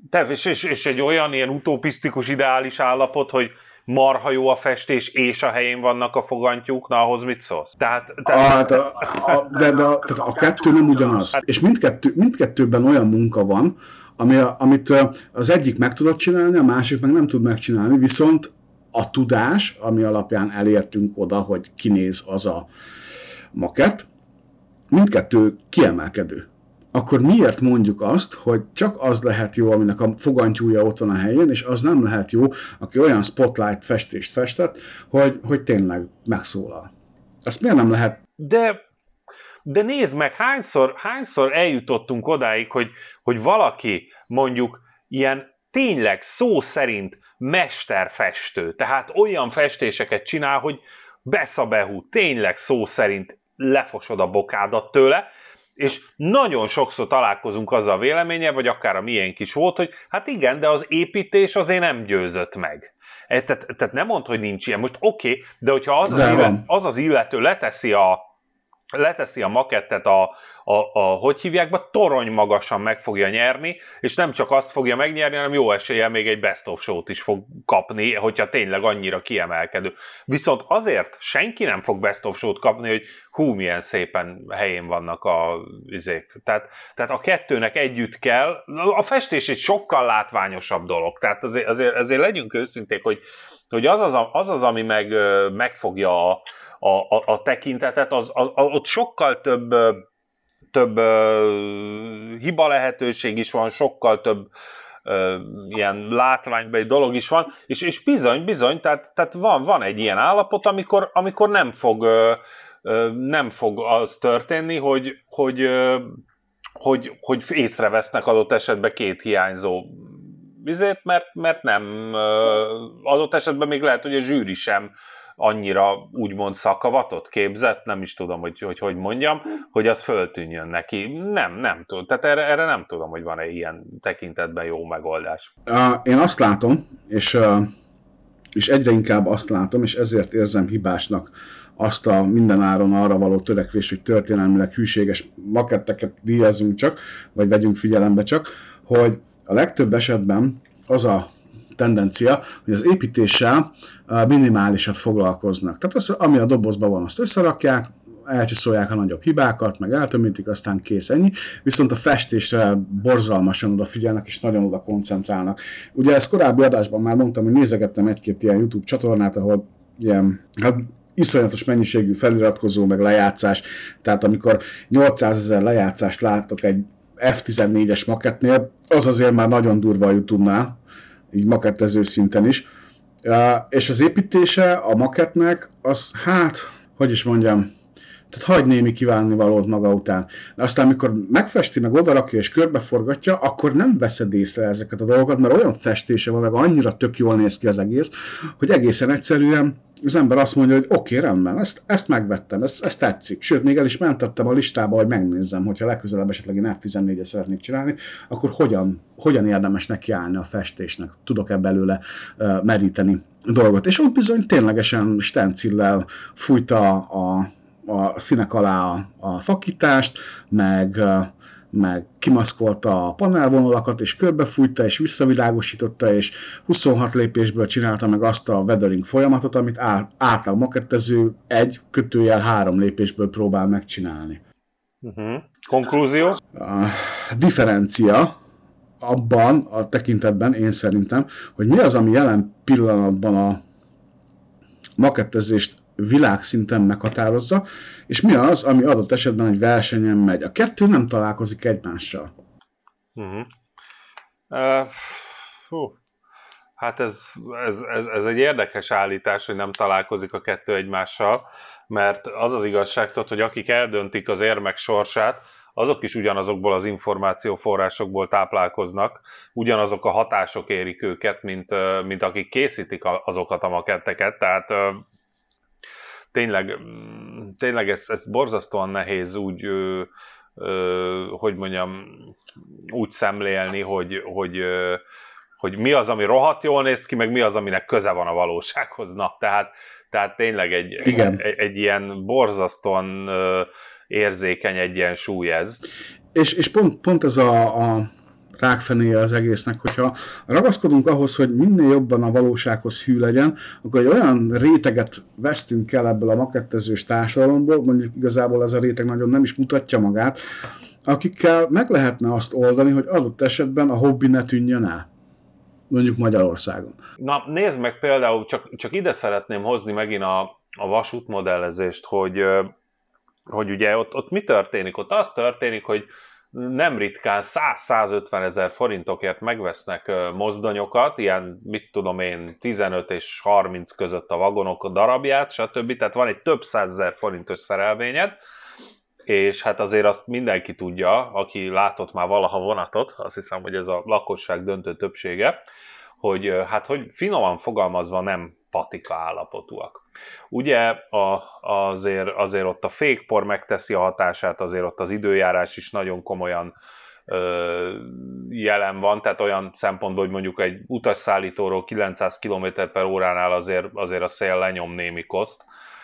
És egy olyan ilyen utopisztikus ideális állapot, hogy marha jó a festés, és a helyén vannak a fogantyúk, na ahhoz mit szólsz? Tehát a kettő nem ugyanaz. És mindkettőben olyan munka van, amit az egyik meg tudod csinálni, a másik meg nem tud megcsinálni, viszont a tudás, ami alapján elértünk oda, hogy kinéz az a makett, mindkettő kiemelkedő. Akkor miért mondjuk azt, hogy csak az lehet jó, aminek a fogantyúja ott van a helyén, és az nem lehet jó, aki olyan spotlight festést festett, hogy tényleg megszólal. Azt miért nem lehet? De nézd meg, hányszor eljutottunk odáig, hogy valaki mondjuk ilyen tényleg szó szerint mesterfestő, tehát olyan festéseket csinál, hogy beszabehú, tényleg szó szerint lefosod a bokádat tőle, és nagyon sokszor találkozunk azzal a véleménye, vagy akár a miénk is volt, hogy hát igen, de az építés azért nem győzött meg. Tehát nem mondd, hogy nincs ilyen. Most oké, de hogyha az az illető leteszi a makettet hogy hívják be, torony magasan meg fogja nyerni, és nem csak azt fogja megnyerni, hanem jó eséllyel még egy best of show-t is fog kapni, hogyha tényleg annyira kiemelkedő. Viszont azért senki nem fog best of show-t kapni, hogy hú, milyen szépen helyén vannak a izék. Tehát a kettőnek együtt kell. A festés egy sokkal látványosabb dolog. Tehát azért legyünk őszinték, hogy az, ami megfogja a tekintetet, ott sokkal több hiba lehetőség is van, sokkal több ilyen látványbeli dolog is van, és bizony, tehát van egy ilyen állapot, amikor nem fog az történni, hogy észrevesznek adott esetben két hiányzó vizét, mert nem adott esetben még lehet, hogy a zsűri sem annyira úgymond szakavatot képzett, nem is tudom, hogy mondjam, hogy az föltűnjön neki. Nem tudom. Tehát erre nem tudom, hogy van-e ilyen tekintetben jó megoldás. Én azt látom, és egyre inkább azt látom, és ezért érzem hibásnak azt a mindenáron arra való törekvés, hogy történelmileg hűséges maketteket díjazzunk csak, vagy vegyünk figyelembe csak, hogy a legtöbb esetben az a tendencia, hogy az építéssel minimálisat foglalkoznak. Tehát az, ami a dobozban van, azt összerakják, elcsiszolják a nagyobb hibákat, meg eltömítik, aztán kész, ennyi. Viszont a festésre borzalmasan odafigyelnek, és nagyon oda koncentrálnak. Ugye ezt korábbi adásban már mondtam, hogy nézegettem egy-két ilyen YouTube csatornát, ahol ilyen, iszonyatos mennyiségű feliratkozó, meg lejátszás. Tehát amikor 800 000 lejátszást látok egy F14-es makettnél, az azért már nagyon durva a YouTube-nál, így makettező szinten is. És az építése a makettnek, az hogy is mondjam, tehát hagy némi kívánni valót maga után. De aztán, amikor megfesti, meg odarakja és körbeforgatja, akkor nem veszed észre ezeket a dolgokat, mert olyan festése van, meg annyira tök jól néz ki az egész, hogy egészen egyszerűen az ember azt mondja, hogy oké, rendben, ezt megvettem, ezt tetszik. Sőt, még el is mentettem a listába, hogy megnézzem, hogyha legközelebb esetleg én F14-et szeretnék csinálni, akkor hogyan érdemes nekiállni a festésnek. Tudok-e belőle meríteni dolgot. És ott bizony ténylegesen stencillel fújta a színek alá a fakítást, meg kimaszkolta a panelvonalakat, és körbefújta, és visszavilágosította, és 26 lépésből csinálta meg azt a weathering folyamatot, amit átlag makettező 1/3 lépésből próbál megcsinálni. Konklúzió? A differencia abban a tekintetben, én szerintem, hogy mi az, ami jelen pillanatban a makettezést világszinten meghatározza, és mi az, ami adott esetben egy versenyen megy. A kettő nem találkozik egymással. Hát ez egy érdekes állítás, hogy nem találkozik a kettő egymással, mert az az igazság, hogy akik eldöntik az érmek sorsát, azok is ugyanazokból az információforrásokból táplálkoznak, ugyanazok a hatások érik őket, mint akik készítik azokat a maketteket, tehát tényleg ez borzasztóan nehéz úgy, hogy mondjam, úgy szemlélni, hogy mi az, ami rohadt jól néz ki, meg mi az, aminek köze van a valósághoz. Na, tehát tényleg egy ilyen borzasztóan érzékeny egyensúly ez. És pont ez rákfenéje az egésznek, hogyha ragaszkodunk ahhoz, hogy minél jobban a valósághoz hű legyen, akkor egy olyan réteget vesztünk el ebből a makettezős társadalomból, mondjuk igazából ez a réteg nagyon nem is mutatja magát, akikkel meg lehetne azt oldani, hogy adott esetben a hobbi ne tűnjön el. Mondjuk Magyarországon. Na, nézd meg például, csak ide szeretném hozni megint a vasútmodellezést, hogy ugye ott mi történik? Ott az történik, hogy nem ritkán 100-150 ezer forintokért megvesznek mozdonyokat, ilyen, mit tudom én, 15 és 30 között a vagonok a darabját, stb. Tehát van egy több százezer forintos szerelvényed, és hát azért azt mindenki tudja, aki látott már valaha vonatot, azt hiszem, hogy ez a lakosság döntő többsége, hogy hát hogy finoman fogalmazva nem patika állapotúak. Ugye azért ott a fékpor megteszi a hatását, azért ott az időjárás is nagyon komolyan jelen van, tehát olyan szempontból, hogy mondjuk egy utasszállítóról 900 km/h-nál azért a szél lenyom némi koszt,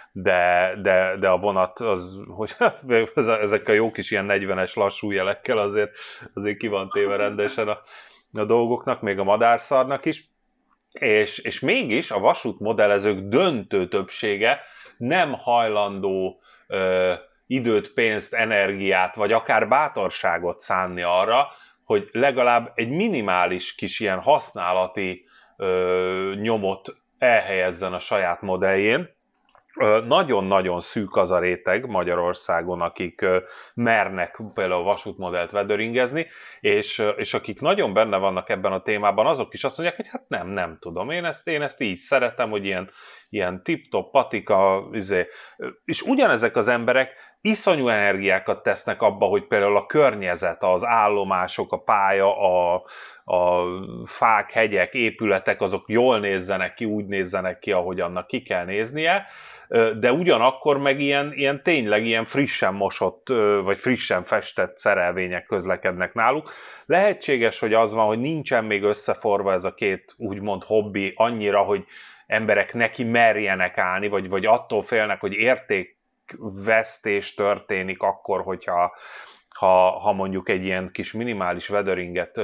de a vonat, hogy ezek a jó kis ilyen 40-es lassú jelekkel azért ki van téve rendesen a dolgoknak, még a madárszarnak is, és mégis a vasútmodellezők döntő többsége nem hajlandó időt, pénzt, energiát, vagy akár bátorságot szánni arra, hogy legalább egy minimális kis ilyen használati nyomot elhelyezzen a saját modelljén. Nagyon-nagyon szűk az a réteg Magyarországon, akik mernek például vasútmodellt vedöringezni, és akik nagyon benne vannak ebben a témában, azok is azt mondják, hogy hát nem tudom, én ezt így szeretem, hogy ilyen tip-top, patika, és ugyanezek az emberek iszonyú energiákat tesznek abba, hogy például a környezet, az állomások, a pálya, a fák, hegyek, épületek, azok jól nézzenek ki, úgy nézzenek ki, ahogy annak ki kell néznie, de ugyanakkor meg tényleg ilyen frissen mosott, vagy frissen festett szerelvények közlekednek náluk. Lehetséges, hogy az van, hogy nincsen még összeforva ez a két úgymond hobbi annyira, hogy emberek neki merjenek állni, vagy attól félnek, hogy értékvesztés történik akkor, hogyha mondjuk egy ilyen kis minimális weatheringet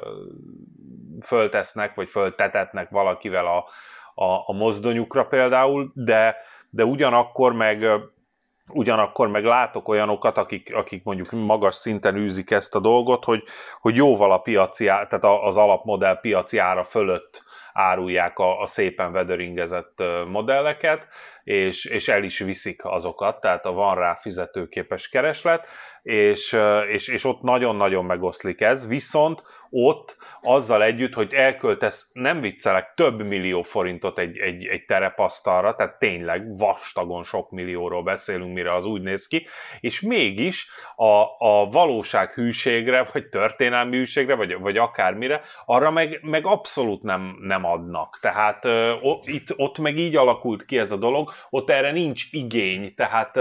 föltesznek, vagy föltetetnek valakivel a mozdonyukra például, de ugyanakkor meg látok olyanokat, akik mondjuk magas szinten űzik ezt a dolgot, hogy jóval a piaci, tehát az alapmodell piaci ára fölött árulják a szépen weatheringezett modelleket, és el is viszik azokat, tehát van rá fizetőképes kereslet, és ott nagyon-nagyon megoszlik ez, viszont ott azzal együtt, hogy elköltesz, nem viccelek, több millió forintot egy terepasztalra, tehát tényleg vastagon sok millióról beszélünk, mire az úgy néz ki, és mégis a valóság hűségre, vagy történelmi hűségre, vagy akármire, arra meg abszolút nem adnak. Tehát ott meg így alakult ki ez a dolog, ott erre nincs igény, tehát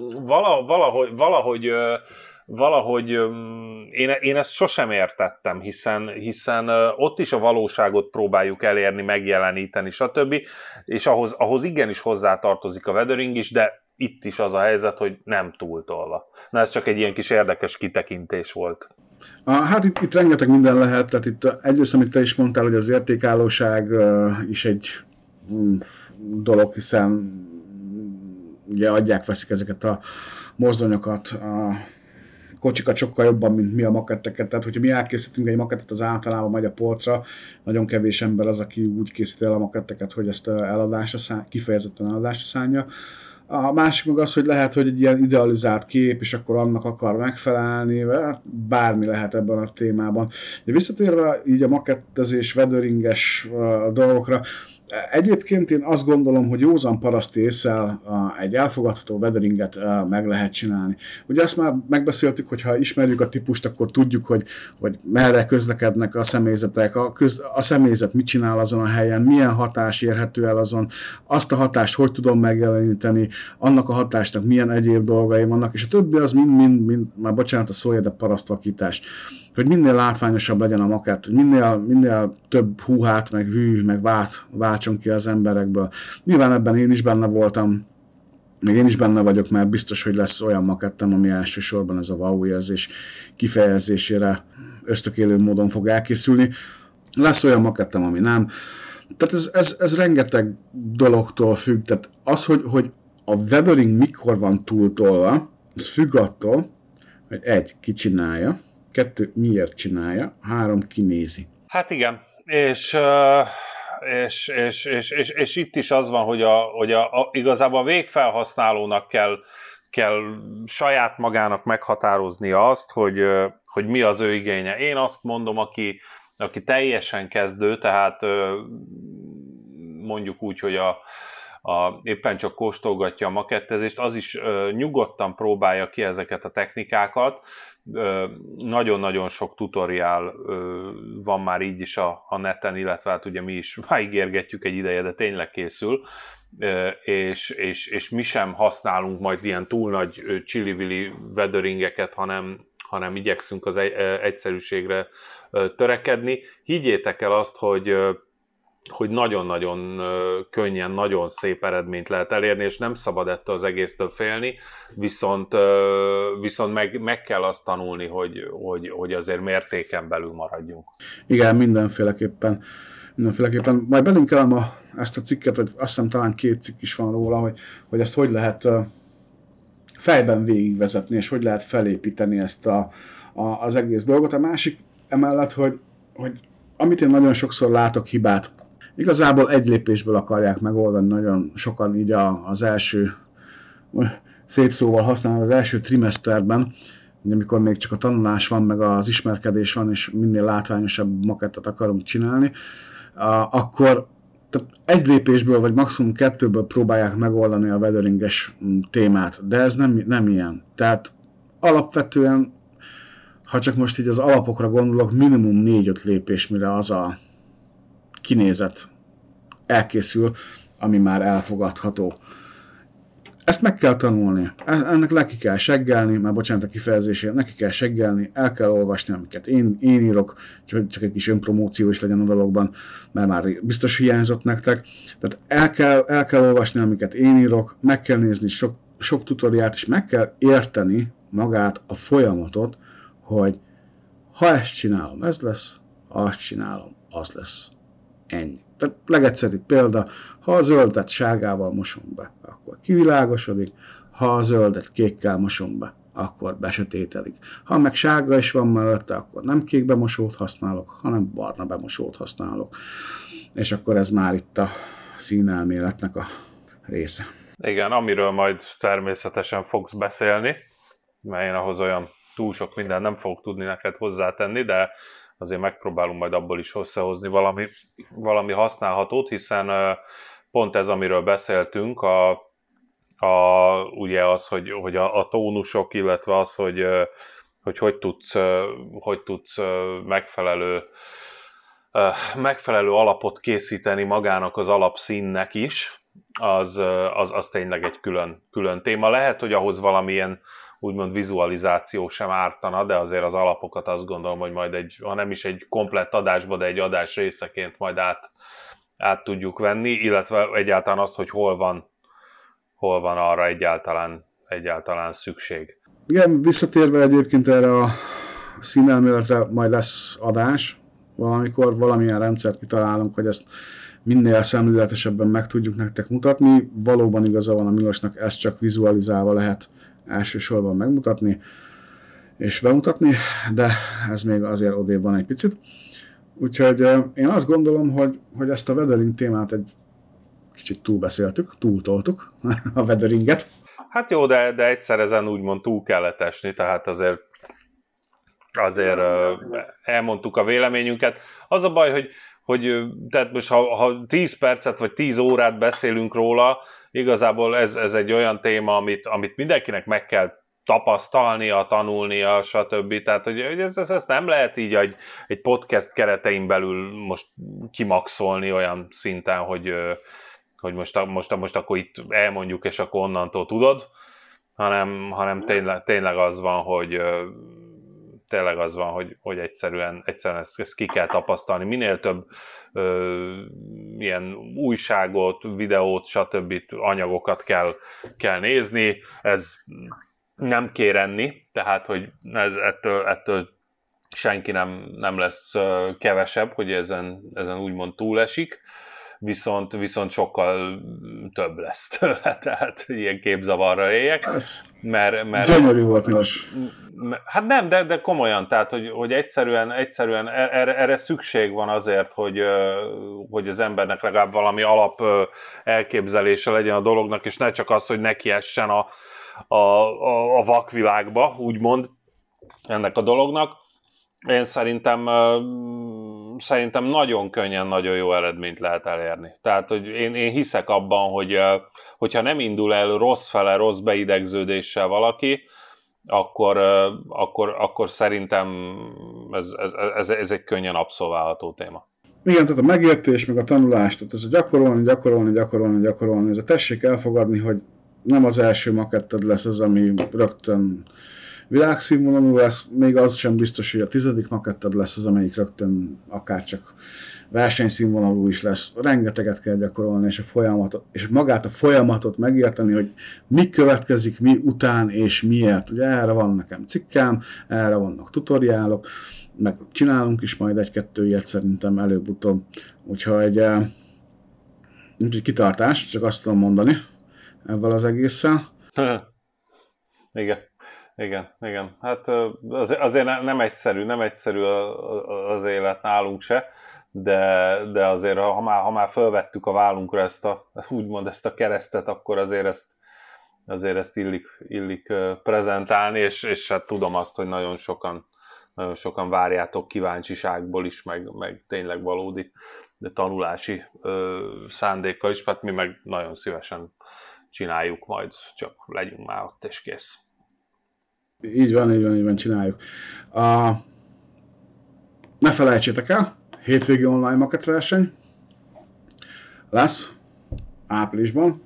valahogy én ezt sosem értettem, hiszen ott is a valóságot próbáljuk elérni, megjeleníteni, stb. És ahhoz igenis hozzátartozik a weathering is, de itt is az a helyzet, hogy nem túltolva. Na, ez csak egy ilyen kis érdekes kitekintés volt. Hát itt rengeteg minden lehet, tehát itt egyrészt, amit te is mondtál, hogy az értékállóság is egy dolog, hiszen ugye adják-veszik ezeket a mozdonyokat, a kocsikat sokkal jobban, mint mi a maketteket. Tehát, hogyha mi elkészítünk egy makettet, az általában megy a polcra, nagyon kevés ember az, aki úgy készíti el a maketteket, hogy ezt kifejezetten eladásra szánja. A másik meg az, hogy lehet, hogy egy ilyen idealizált kép, és akkor annak akar megfelelni, bármi lehet ebben a témában. De visszatérve így a makettezés, weatheringes dolgokra, egyébként én azt gondolom, hogy józan paraszti ésszel egy elfogadható weatheringet meg lehet csinálni. Ugye ezt már megbeszéltük, hogy ha ismerjük a típust, akkor tudjuk, hogy merre közlekednek a személyzetek, a személyzet mit csinál azon a helyen, milyen hatás érhető el azon, azt a hatást hogy tudom megjeleníteni, annak a hatásnak milyen egyéb dolgai vannak, és a többi az mind már bocsánat a szója, de parasztvakítás. Hogy minél látványosabb legyen a makett, hogy minél több húhát, meg hű, meg váltson ki az emberekből. Nyilván ebben én is benne voltam, még én is benne vagyok, mert biztos, hogy lesz olyan makettem, ami elsősorban ez a wow érzés kifejezésére ösztökélő módon fog elkészülni. Lesz olyan makettem, ami nem. Tehát ez rengeteg dologtól függ. Tehát az, hogy a weathering mikor van túltolva, ez függ attól, hogy 1. ki csinálja, 2. miért csinálja, 3. ki nézi. Hát igen, és itt is az van, hogy igazából a végfelhasználónak kell saját magának meghatároznia azt, hogy mi az ő igénye. Én azt mondom, aki teljesen kezdő, tehát mondjuk úgy, hogy éppen csak kóstolgatja a makettezést, az is nyugodtan próbálja ki ezeket a technikákat. Nagyon-nagyon sok tutoriál van már így is a neten, illetve hát ugye mi is már ígérgetjük egy ideje, de tényleg készül, és mi sem használunk majd ilyen túl nagy chili-willy weatheringeket, hanem igyekszünk az egyszerűségre törekedni. Higgyétek el azt, hogy nagyon-nagyon könnyen, nagyon szép eredményt lehet elérni, és nem szabad ettől az egésztől félni, viszont meg kell azt tanulni, hogy azért mértéken belül maradjunk. Igen, mindenféleképpen. Majd belinkelem ezt a cikket, vagy azt hiszem talán 2 cikk is van róla, hogy ezt hogy lehet fejben végigvezetni, és hogy lehet felépíteni ezt az egész dolgot. A másik emellett, hogy amit én nagyon sokszor látok hibát, igazából egy lépésből akarják megoldani nagyon sokan így az első, szép szóval használva, az első trimeszterben, amikor még csak a tanulás van, meg az ismerkedés van, és minél látványosabb makettet akarunk csinálni, akkor tehát egy lépésből, vagy maximum 2-ből próbálják megoldani a weatheringes témát, de ez nem ilyen. Tehát alapvetően, ha csak most így az alapokra gondolok, minimum 4-5 lépés, mire az a kinézet elkészül, ami már elfogadható. Ezt meg kell tanulni, ennek neki kell seggelni, már bocsánat a kifejezésért, neki kell seggelni, el kell olvasni, amiket én írok, csak egy kis önpromóció is legyen a dologban, mert már biztos hiányzott nektek. Tehát el kell olvasni, amiket én írok, meg kell nézni sok tutoriát, és meg kell érteni magát, a folyamatot, hogy ha ezt csinálom, ez lesz, ha azt csinálom, az lesz. Ennyi. Tehát legegyszerűbb példa, ha a zöldet sárgával mosom be, akkor kivilágosodik, ha a zöldet kékkel mosom be, akkor besötétedik. Ha meg sárga is van mellette, akkor nem kék bemosót használok, hanem barna bemosót használok. És akkor ez már itt a színelméletnek a része. Igen, amiről majd természetesen fogsz beszélni, mert én ahhoz olyan túl sok minden nem fogok tudni neked hozzátenni, de azért megpróbálunk majd abból is összehozni valami használhatót, hiszen pont ez, amiről beszéltünk, ugye az, hogy a tónusok, illetve az, hogy tudsz megfelelő alapot készíteni magának az alapszínnek is, az tényleg egy külön téma. Lehet, hogy ahhoz valamilyen úgymond vizualizáció sem ártana, de azért az alapokat azt gondolom, hogy majd ha nem is egy komplett adásba, de egy adás részeként majd át tudjuk venni, illetve egyáltalán azt, hogy hol van arra egyáltalán szükség. Igen, visszatérve egyébként erre a színelméletre majd lesz adás, valamikor valamilyen rendszert kitalálunk, hogy ezt minél szemléletesebben meg tudjuk nektek mutatni. Valóban igaza van a Milosnak, ezt csak vizualizálva lehet elsősorban megmutatni és bemutatni, de ez még azért odébb van egy picit. Úgyhogy én azt gondolom, hogy ezt a weathering témát egy kicsit túltoltuk a weatheringet. Hát jó, de egyszer ezen úgymond túl kellett esni, tehát azért elmondtuk a véleményünket. Az a baj, hogy tehát most ha 10 percet vagy 10 órát beszélünk róla, igazából ez egy olyan téma, amit mindenkinek meg kell tapasztalnia, tanulnia, stb. Tehát, hogy ezt nem lehet így egy podcast keretein belül most kimaxolni olyan szinten, hogy most akkor itt elmondjuk, és akkor onnantól tudod, hanem tényleg az van, tényleg az van, hogy egyszerűen ezt ki kell tapasztalni. Minél több ilyen újságot, videót, stb. Anyagokat kell nézni, ez nem kér enni, tehát hogy ettől senki nem lesz kevesebb, hogy ezen úgymond túlesik, viszont sokkal több lesz tőle, tehát ilyen képzavarra éljek. Mert gyönyörű volt most. Hát nem, de komolyan, tehát hogy egyszerűen erre szükség van azért, hogy az embernek legalább valami alap elképzelése legyen a dolognak, és ne csak az, hogy nekiessen a vakvilágba, úgymond, ennek a dolognak. Én szerintem nagyon könnyen, nagyon jó eredményt lehet elérni. Tehát, hogy én hiszek abban, hogyha nem indul el rossz fele, rossz beidegződéssel valaki, akkor szerintem ez egy könnyen abszolválható téma. Igen, tehát a megértés, meg a tanulás, tehát ez a gyakorolni, ez a tessék elfogadni, hogy nem az első maketted lesz az, ami rögtön világszínvonalú lesz, még az sem biztos, hogy a 10. maketted lesz az, amelyik rögtön akárcsak versenyszínvonalú is lesz. Rengeteget kell gyakorolni, és magát a folyamatot megérteni, hogy mi következik, mi után és miért. Ugye erre van nekem cikkám, erre vannak tutoriálok, meg csinálunk is majd egy-kettő ilyet szerintem előbb-utóbb. Úgyhogy kitartás, csak azt tudom mondani ebben az egésszel. Igen. Hát azért nem egyszerű az élet nálunk se, de azért ha már felvettük a vállunkra ezt a keresztet, akkor azért ezt illik prezentálni, és hát tudom azt, hogy nagyon sokan várjátok kíváncsiságból is, meg tényleg valódi tanulási szándékkal is, hát mi meg nagyon szívesen csináljuk majd, csak legyünk már ott, és kész. Így van, csináljuk. Ne felejtsétek el, hétvégi online maketverseny lesz áprilisban.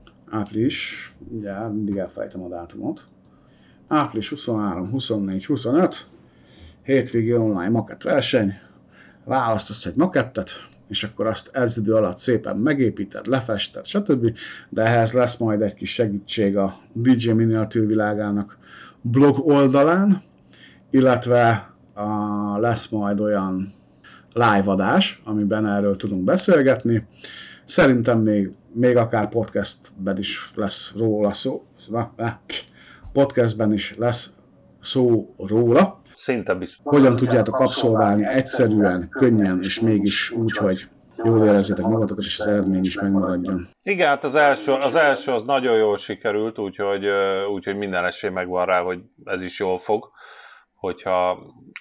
Ugye mindig elfelejtem a dátumot. Április 23, 24, 25, hétvégi online maketverseny. Választasz egy makettet, és akkor azt ez idő alatt szépen megépíted, lefested, stb. De ehhez lesz majd egy kis segítség a DJ Miniatűr világának blog oldalán, illetve lesz majd olyan live adás, amiben erről tudunk beszélgetni. Szerintem még akár podcastben is lesz róla szó. Podcastben is lesz szó róla. Szinte biztos. Hogyan tudjátok abszolválni egyszerűen, könnyen, és mégis úgy, hogy jól érezzétek magatokat, és az eredmény is megmaradjon. Igen, hát az első az nagyon jól sikerült, úgyhogy minden esély megvan rá, hogy ez is jól fog, hogyha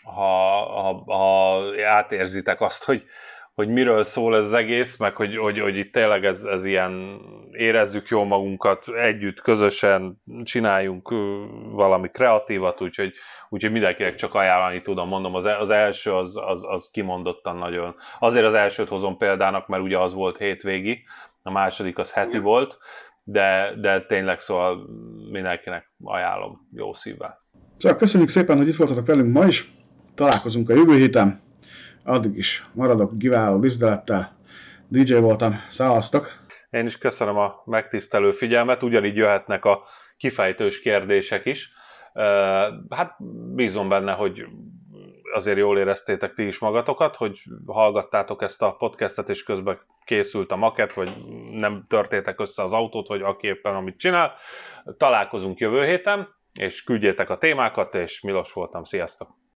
átérzitek azt, hogy miről szól ez az egész, meg hogy itt tényleg ez ilyen érezzük jól magunkat, együtt, közösen csináljunk valami kreatívat, úgyhogy mindenkinek csak ajánlani tudom, mondom, az első az kimondottan nagyon. Azért az elsőt hozom példának, mert ugye az volt hétvégi, a második az heti volt, de tényleg szóval mindenkinek ajánlom jó szívvel. Szóval köszönjük szépen, hogy itt voltatok velünk ma is, találkozunk a jövő héten. Addig is maradok kiváló díszdelettel. DJ voltam, szevasztok! Én is köszönöm a megtisztelő figyelmet, ugyanígy jöhetnek a kifejtős kérdések is. Hát bízom benne, hogy azért jól éreztétek ti is magatokat, hogy hallgattátok ezt a podcastet, és közben készült a makett, vagy nem törtétek össze az autót, vagy aki éppen amit csinál. Találkozunk jövő héten, és küldjétek a témákat, és Milos voltam, sziasztok!